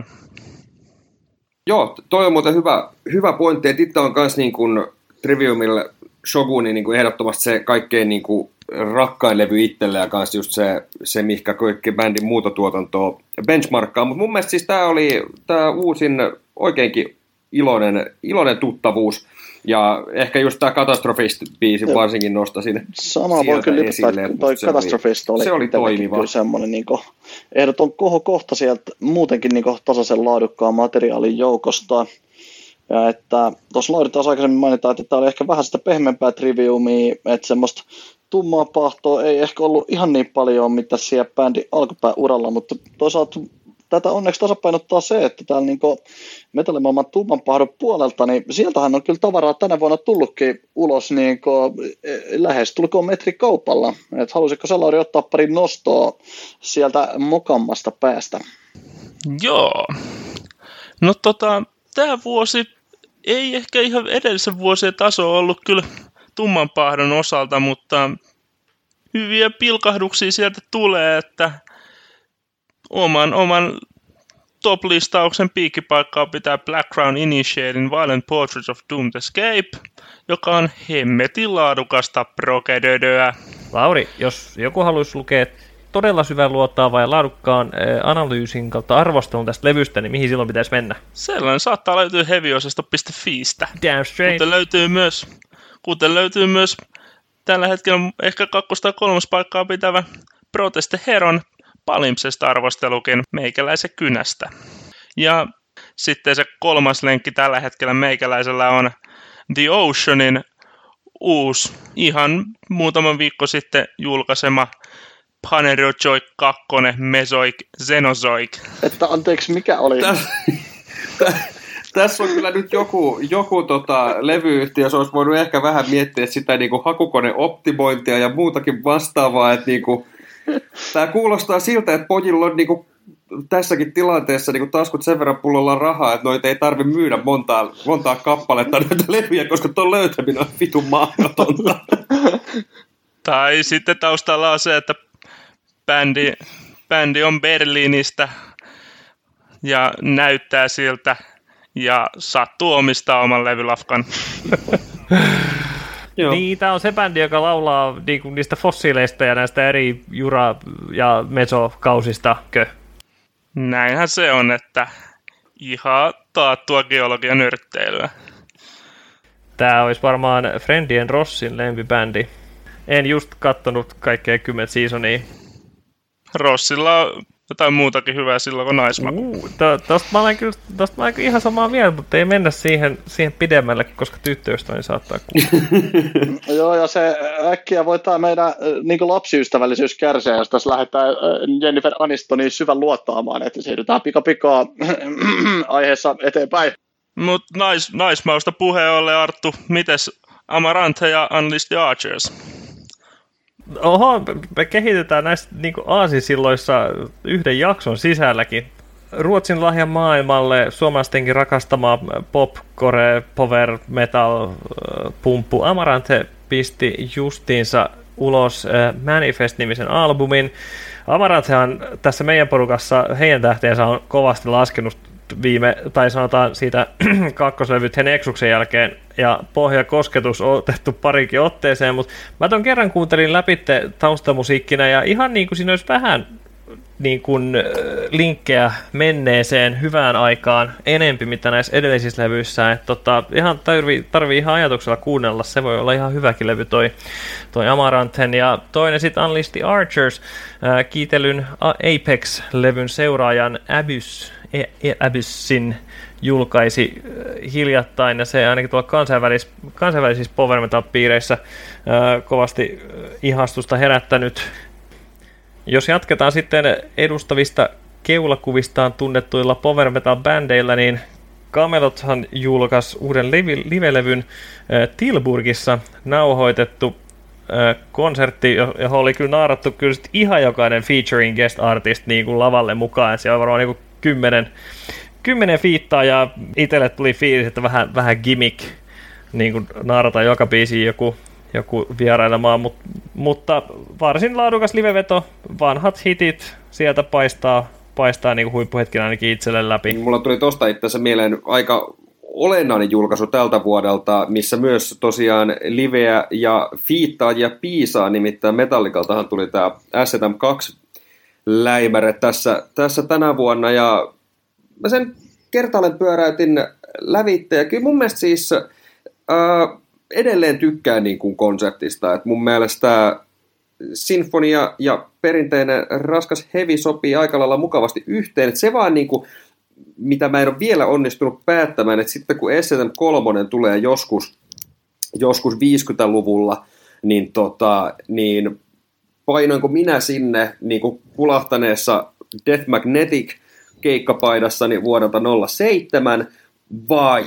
Joo, toi on muuten hyvä pointti, että itse on myös niin kuin Triviumille Shogunin niin kuin ehdottomasti se kaikkein niin kuin rakkain levy itselle ja myös just se mihinkä kaikki bändin muutotuotantoa benchmarkkaa, mutta mun mielestä siis tämä uusin oikeinkin iloinen tuttavuus ja ehkä just tämä Catastrophist-biisi varsinkin nostaisin sama voi kyllä liputtaa, että toi Catastrophist oli toimiva. Semmoinen niin ehdoton kohokohta sieltä muutenkin niin tasaisen laadukkaan materiaalin joukosta. Ja että tuossa Lauri taas aikaisemmin mainitaan, että tämä oli ehkä vähän sitä pehmeämpää Triviumia, että semmoista tummaa pahtoa ei ehkä ollut ihan niin paljon, mitä siellä bändin alkupääuralla, mutta toisaalta tätä onneksi tasapainottaa se, että täällä niin metallimaailman tumman pahdon puolelta, niin sieltähän on kyllä tavaraa tänä vuonna tullutkin ulos niin lähes tulkoon metrikaupalla. Et halusitko sä, Lauri, ottaa pari nostoa sieltä mokammasta päästä? Joo. No tämä vuosi ei ehkä ihan edellisen vuosien taso ollut kyllä tumman pahdon osalta, mutta hyviä pilkahduksia sieltä tulee, että oman top-listauksen piikkipaikkaa pitää Black Crown Initiatein Violent Portraits of Doomed Escape, joka on hemmetin laadukasta progedödöä. Lauri, jos joku haluaisi lukea todella syvän luottaavaa ja laadukkaan analyysin kautta arvostelun tästä levystä, niin mihin silloin pitäisi mennä? Sellainen saattaa löytyä heviosasto.fiistä. Damn straight. Kuten löytyy myös tällä hetkellä ehkä 2. tai 3. paikkaa pitävä Proteste Heron Palimpsesta arvostelukin meikäläisen kynästä. Ja sitten se 3. lenkki tällä hetkellä meikäläisellä on The Oceanin uusi, ihan muutaman viikko sitten julkaisema Panerozoic 2 Mesoic Xenozoic. Että anteeksi, mikä oli? Tässä on kyllä nyt joku levyyhtiö, se olisi voinut ehkä vähän miettiä sitä niin kuin hakukoneoptimointia ja muutakin vastaavaa, että niin kuin, tämä kuulostaa siltä, että pojilla on niin kuin, tässäkin tilanteessa niin kuin taskut sen verran pullolla rahaa, että noita ei tarvitse myydä montaa kappaletta noita levyjä, koska tuon löytäminen on vitun mahdotonta. Tai sitten taustalla on se, että bändi on Berliinistä ja näyttää siltä ja sattuu omistaa oman levylafkan. Niin, tämä on se bändi, joka laulaa niistä fossiileista ja näistä eri jura- ja mesokausista. Näinhän se on, että ihan taattua geologian nörtteilyä. Tämä olisi varmaan Friendien Rossin lempibändi. En just kattonut kaikkea 10 seasonia. Rossilla on jotain muutakin hyvää silloin kuin naismaku. Tosta mä olen kyllä ihan samaa mieltä, mutta ei mennä siihen pidemmälle, koska tyttöystäväni saattaa kuulla. Joo, ja se äkkiä voi tämä meidän niin lapsiystävällisyys kärsiä, jos tässä lähdetään Jennifer Anistoniin syvän luottaamaan, että siirrytään pikapikaa aiheessa eteenpäin. Mutta naismausta puheen ollen, Arttu, mites Amaranthe ja Unleash the Archers? Oho, me kehitetään näistä niin aasinsilloissa yhden jakson sisälläkin. Ruotsin lahja maailmalle, suomalaistenkin rakastama pop, core, power, metal, pumppu. Amaranthe pisti justiinsa ulos Manifest-nimisen albumin. Amaranthehan tässä meidän porukassa, heidän tähteensä on kovasti laskenut tai sanotaan siitä kakkoslevyt Nexuksen jälkeen, ja pohjakosketus on otettu parikin otteeseen, mutta mä ton kerran kuuntelin läpi taustamusiikkina, ja ihan niin kuin siinä olisi vähän niin kuin linkkejä menneeseen hyvään aikaan enempi, mitä näissä edellisissä levyissä, että ihan tarvii ihan ajatuksella kuunnella, se voi olla ihan hyväkin levy toi Amaranthen, ja toinen sitten Unleash the Archers, kiitelyn Apex-levyn seuraajan Abyssin julkaisi hiljattain, ja se ainakin tuolla kansainvälisissä power metal-piireissä kovasti ihastusta herättänyt. Jos jatketaan sitten edustavista keulakuvistaan tunnettuilla power metal-bändeillä, niin Camelothan julkaisi uuden livelevyn Tilburgissa nauhoitettu konsertti, johon oli kyllä naarattu kyllä ihan jokainen featuring guest artist niin kuin lavalle mukaan. Siellä on varmaan niin kuin 10 fiittaa, ja itselle tuli fiilis, että vähän gimmick, niin kuin naarataan joka biisiin joku vierailemaan, mutta varsin laadukas liveveto, vanhat hitit sieltä paistaa niin kuin huippuhetkinä ainakin itselle läpi. Mulla tuli tosta itse asiassa mieleen aika olennainen julkaisu tältä vuodelta, missä myös tosiaan liveä ja fiittaa ja piisaa, nimittäin Metallicaltahan tuli tämä STM2-läimäre tässä tänä vuonna, ja mä sen kertaalleen pyöräytin lävitte, ja kyllä mun mielestä siis edelleen tykkään niin kuin konseptista, että mun mielestä sinfonia ja perinteinen raskas heavy sopii aika lailla mukavasti yhteen, että se vaan niin kuin, mitä mä en ole vielä onnistunut päättämään, että sitten kun STM3 tulee joskus 50-luvulla, niin painoinko minä sinne niin kuin kulahtaneessa Death Magnetic keikkapaidassani vuodelta 07 vai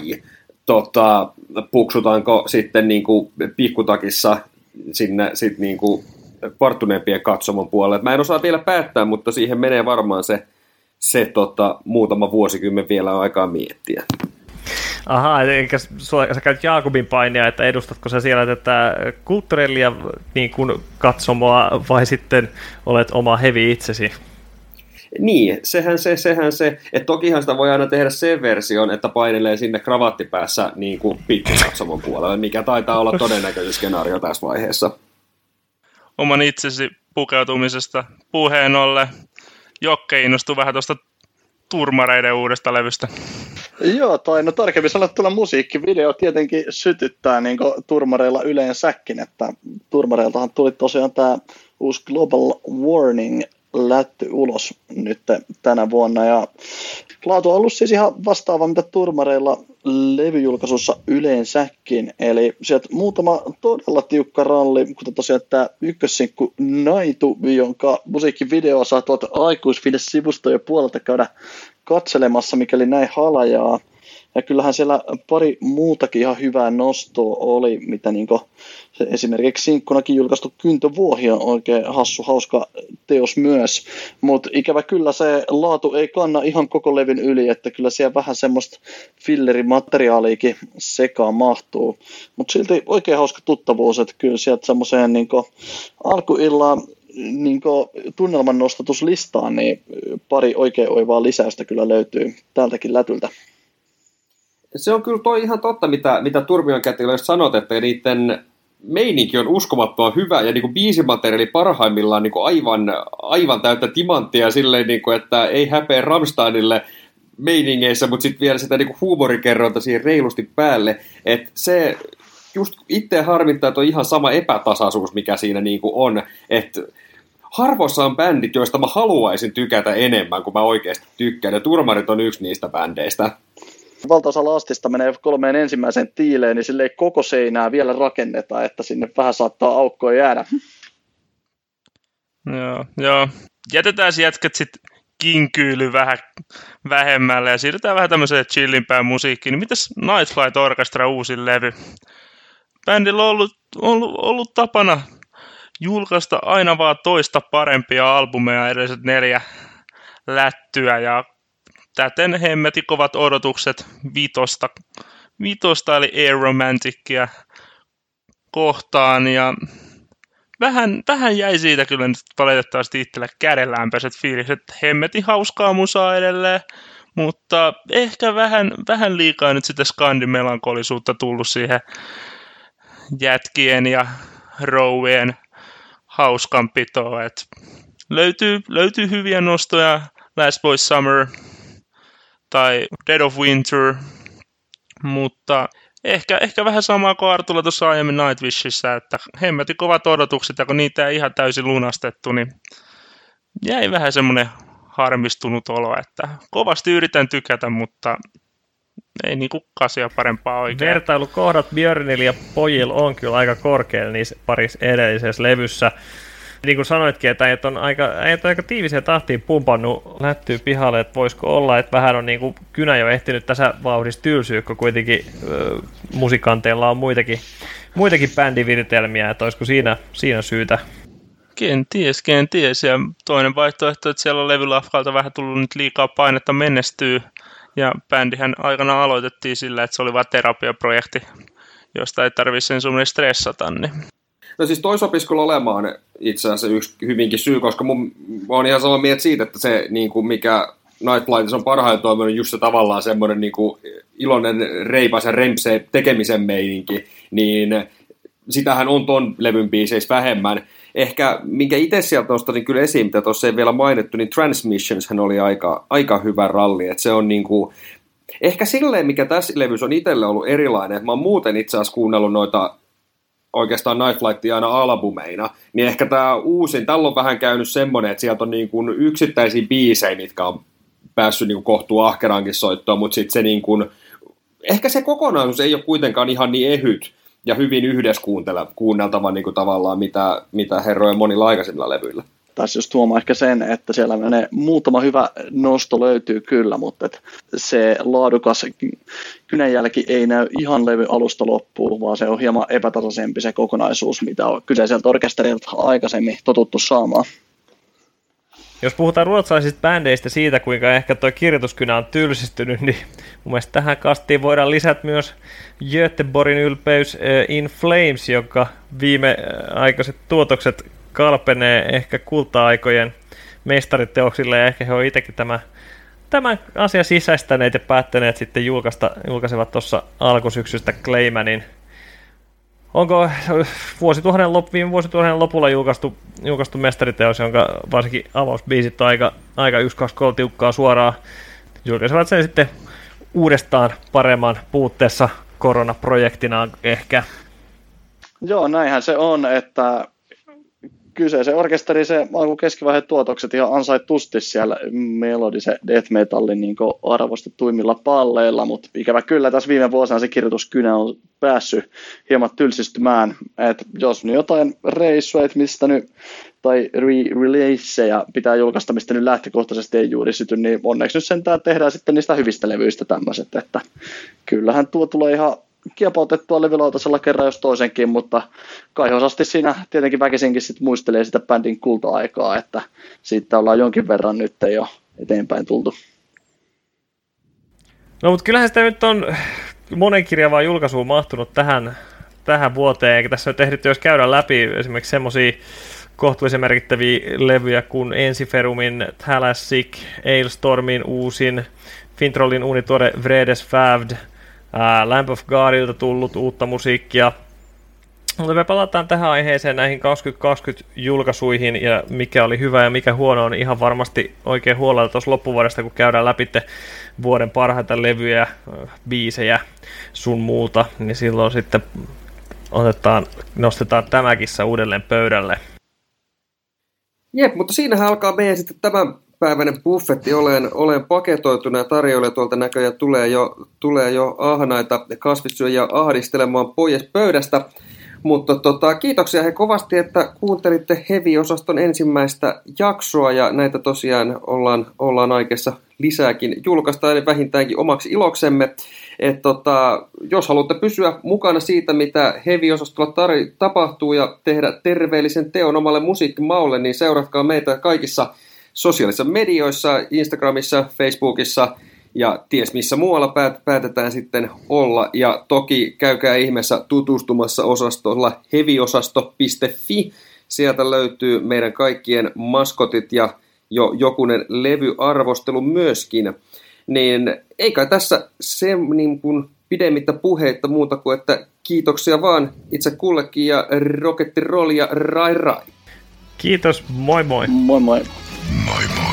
puksutaanko sitten niin kuin pikkutakissa sinne sit niin kuin varttuneempien katsomon puolelle. Mä en osaa vielä päättää, mutta siihen menee varmaan se muutama vuosikymmen vielä aikaa miettiä. Ahaa, eli sä käyt Jaakobin painia, että edustatko sä siellä tätä kulttuurillia niin kuin katsomoa vai sitten olet oma heavy itsesi? Niin, sehän se, että tokihan sitä voi aina tehdä sen version, että painelee sinne kravattipäässä niin kuin pikkikatsomon puolelle, mikä taitaa olla todennäköinen skenaario tässä vaiheessa. Oman itsesi pukeutumisesta puheen ollen, Jokke innostui vähän tuosta Turmareiden uudesta levystä. Joo, tai no tarkemmin sanottuna musiikkivideo tietenkin sytyttää niin kuin Turmareilla yleensäkin, että Turmareiltahan tuli tosiaan tämä uusi Global Warning lätty ulos nyt tänä vuonna, ja laatu on ollut siis ihan vastaava mitä Turmareilla levyjulkaisussa yleensäkin, eli sieltä muutama todella tiukka ralli, kuten tosiaan tämä ykkössinkku Naitu, jonka musiikkivideoa saa tuolta Aikuisfide-sivustojen puolelta käydä katselemassa, mikäli näin halajaa. Ja kyllähän siellä pari muutakin ihan hyvää nostoa oli, mitä esimerkiksi sinkkunakin julkaistu Kyntövuohi on oikein hauska teos myös. Mutta ikävä kyllä se laatu ei kanna ihan koko levyn yli, että kyllä siellä vähän semmoista fillerimateriaaliikin sekaan mahtuu. Mutta silti oikein hauska tuttavuus, että kyllä sieltä semmoiseen alkuillaan tunnelman nostatuslistaan, niin pari oikein oivaa lisäystä kyllä löytyy tältäkin lätyltä. Se on kyllä toi ihan totta, mitä Turmion kätilöistä sanot, että niiden meininki on uskomattoman hyvä, ja niin biisimateriaali parhaimmillaan niin aivan täyttä timanttia silleen, että ei häpeä Rammsteinille meiningeissä, mutta sitten vielä sitä huumorikerronta siihen reilusti päälle, että se just itse harmittaa tuo ihan sama epätasaisuus, mikä siinä on, että harvoissa on bändit, joista mä haluaisin tykätä enemmän kuin mä oikeasti tykkään, ja Turmarit on yksi niistä bändeistä. Valtaosa lastista menee 3 ensimmäiseen tiileen, niin sille ei koko seinää vielä rakenneta, että sinne vähän saattaa aukkoa jäädä. Joo. Jätetään jätkät sitten kinkyily vähän vähemmälle ja siirrytään vähän tämmöiseen chillimpään musiikkiin. Niin mitäs Night Flight Orchestra uusin levy? Bändillä on ollut tapana julkaista aina vaan toista parempia albumeja edelliset 4 lättyä ja täten hemmetin kovat odotukset vitosta eli Air Romanticia kohtaan ja vähän jäi siitä kyllä nyt valitettavasti itselle kädenlämpöiset fiilis, että hemmetin hauskaa musaa edelleen, mutta ehkä vähän liikaa nyt sitä skandimelankolisuutta tullut siihen jätkien ja rouvien hauskanpitoon, että löytyy hyviä nostoja, Last Boy Summer tai Dead of Winter, mutta ehkä vähän samaa kuin Artulla tuossa aiemmin Nightwishissä, että hemmetin kovat odotukset, ja kun niitä ei ihan täysin lunastettu, niin jäi vähän semmoinen harmistunut olo, että kovasti yritän tykätä, mutta ei niinku kasia parempaa oikein. Vertailukohdat Björnillä ja pojilla on kyllä aika korkealla niissä parissa edellisessä levyssä. Niin kuin sanoitkin, että äijät on aika tiiviseen tahtiin pumpannut lättyy pihalle, että voisiko olla, että vähän on niin kuin kynä jo ehtinyt tässä vauhdissa tylsyä, kun kuitenkin musikanteilla on muitakin bändiviritelmiä, että olisiko siinä syytä? Kenties. Ja toinen vaihtoehto, että siellä on levylafkalta vähän tullut nyt liikaa painetta menestyy. Ja bändihän aikana aloitettiin sillä, että se oli vain terapiaprojekti, josta ei tarvitse sen suunnilleen stressata. Niin. No siis toi sopisi kyllä olemaan itse asiassa yksi hyvinkin syy, koska mä oon ihan samaa mieltä siitä, että se niin kuin mikä Nightflightissa on parhaiten toiminut just se tavallaan semmoinen niin kuin iloinen reipas ja rempse tekemisen meininki, niin sitähän on ton levyn biiseissä vähemmän. Ehkä, minkä itse sieltä nostaisin kyllä esiin, mitä tuossa ei vielä mainittu, niin Transmissionshän oli aika hyvä ralli. Että se on niinku, ehkä silleen, mikä tässä levyssä on itselle ollut erilainen, että mä oon muuten itse asiassa kuunnellut noita oikeastaan Night Flightia aina albumeina, niin ehkä tää uusin, tällä on vähän käynyt semmoinen, että sieltä on niinku yksittäisiä biisejä, mitkä on päässyt niinku kohtuu ahkeraankin soittoon, mutta sitten se niinku, ehkä se kokonaisuus ei ole kuitenkaan ihan niin ehyt, ja hyvin yhdessä kuunneltava niin kuin tavallaan, mitä herrojen monilla aikaisemmilla levyillä. Tässä just huomaa ehkä sen, että siellä menee muutama hyvä nosto löytyy kyllä, mutta että se laadukas kynänjälki ei näy ihan levy alusta loppuun, vaan se on hieman epätasaisempi se kokonaisuus, mitä on kyseiseltä orkesterilta aikaisemmin totuttu saamaan. Jos puhutaan ruotsalaisista bändeistä siitä, kuinka ehkä tuo kirjoituskynä on tylsistynyt, niin mun mielestä tähän kastiin voidaan lisätä myös Göteborgin ylpeys In Flames, joka viimeaikaiset tuotokset kalpenee ehkä kulta-aikojen mestariteoksille, ja ehkä he on itsekin tämän asian sisäistäneet ja päättäneet sitten julkaisevat tuossa alkusyksystä Claymanin. Onko viime vuosituhannen lopulla julkaistu mestariteos, jonka varsinkin avausbiisit on aika 1, 2, 3 tiukkaa suoraan. Julkaisivat sen sitten uudestaan paremman puutteessa koronaprojektina ehkä. Joo, näinhän se on, että kyseisen orkesterin se alku-keskivaiheen tuotokset ihan ansaitusti siellä melodisen death metallin niin arvostettuimmilla palleilla, mutta ikävä kyllä tässä viime vuosina se kirjoituskynä on päässyt hieman tylsistymään, että jos nyt jotain reissuja, mistä nyt, tai releaseja pitää julkaista, mistä nyt lähtökohtaisesti ei juuri syty, niin onneksi nyt sentään tehdään sitten niistä hyvistä levyistä tämmöiset, että kyllähän tuo tulee ihan kiepautettua levylautasella kerran jos toisenkin, mutta kaihoisasti siinä tietenkin väkisinkin sit muistelee sitä bändin kulta-aikaa, että siitä ollaan jonkin verran nyt jo eteenpäin tultu. No mutta kyllähän sitä nyt on monenkirjavaa julkaisuun mahtunut tähän vuoteen, eikä tässä nyt ehditty jos käydä läpi esimerkiksi semmosia kohtuullisen merkittäviä levyjä kuin Ensiferumin Thalassic, Ailstormin uusin, Fintrollin uunituore Vredes Fävd, Lamp of Godilta tullut uutta musiikkia. Mutta me palataan tähän aiheeseen näihin 2020 julkaisuihin ja mikä oli hyvä ja mikä huono on ihan varmasti oikein huolella tuossa loppuvuodesta, kun käydään läpi vuoden parhaita levyjä, biisejä sun muuta, niin silloin sitten nostetaan tämäkin uudelleen pöydälle. Jep, mutta siinähän alkaa meidän sitten tämänpäiväinen buffetti olen paketoituna ja tarjoille tuolta näköjään tulee jo ahnaita kasvissyöjiä ahdistelemaan pois pöydästä. Mutta kiitoksia he kovasti, että kuuntelitte Heavy-osaston ensimmäistä jaksoa, ja näitä tosiaan ollaan aikeissa lisääkin julkaista, eli vähintäänkin omaksi iloksemme. Jos haluatte pysyä mukana siitä, mitä Heavy-osastolla tapahtuu ja tehdä terveellisen teon omalle musiikkimaulle, niin seuratkaa meitä kaikissa sosiaalisissa medioissa, Instagramissa, Facebookissa ja ties missä muualla päätetään sitten olla. Ja toki käykää ihmeessä tutustumassa osastolla heavyosasto.fi. Sieltä löytyy meidän kaikkien maskotit ja jo jokunen levyarvostelu myöskin. Niin eikä tässä se niin kuin pidemmittä puheitta muuta kuin, että kiitoksia vaan itse kullekin ja rock'n'roll ja rai rai. Kiitos, moi moi. Moi moi. Moi moi.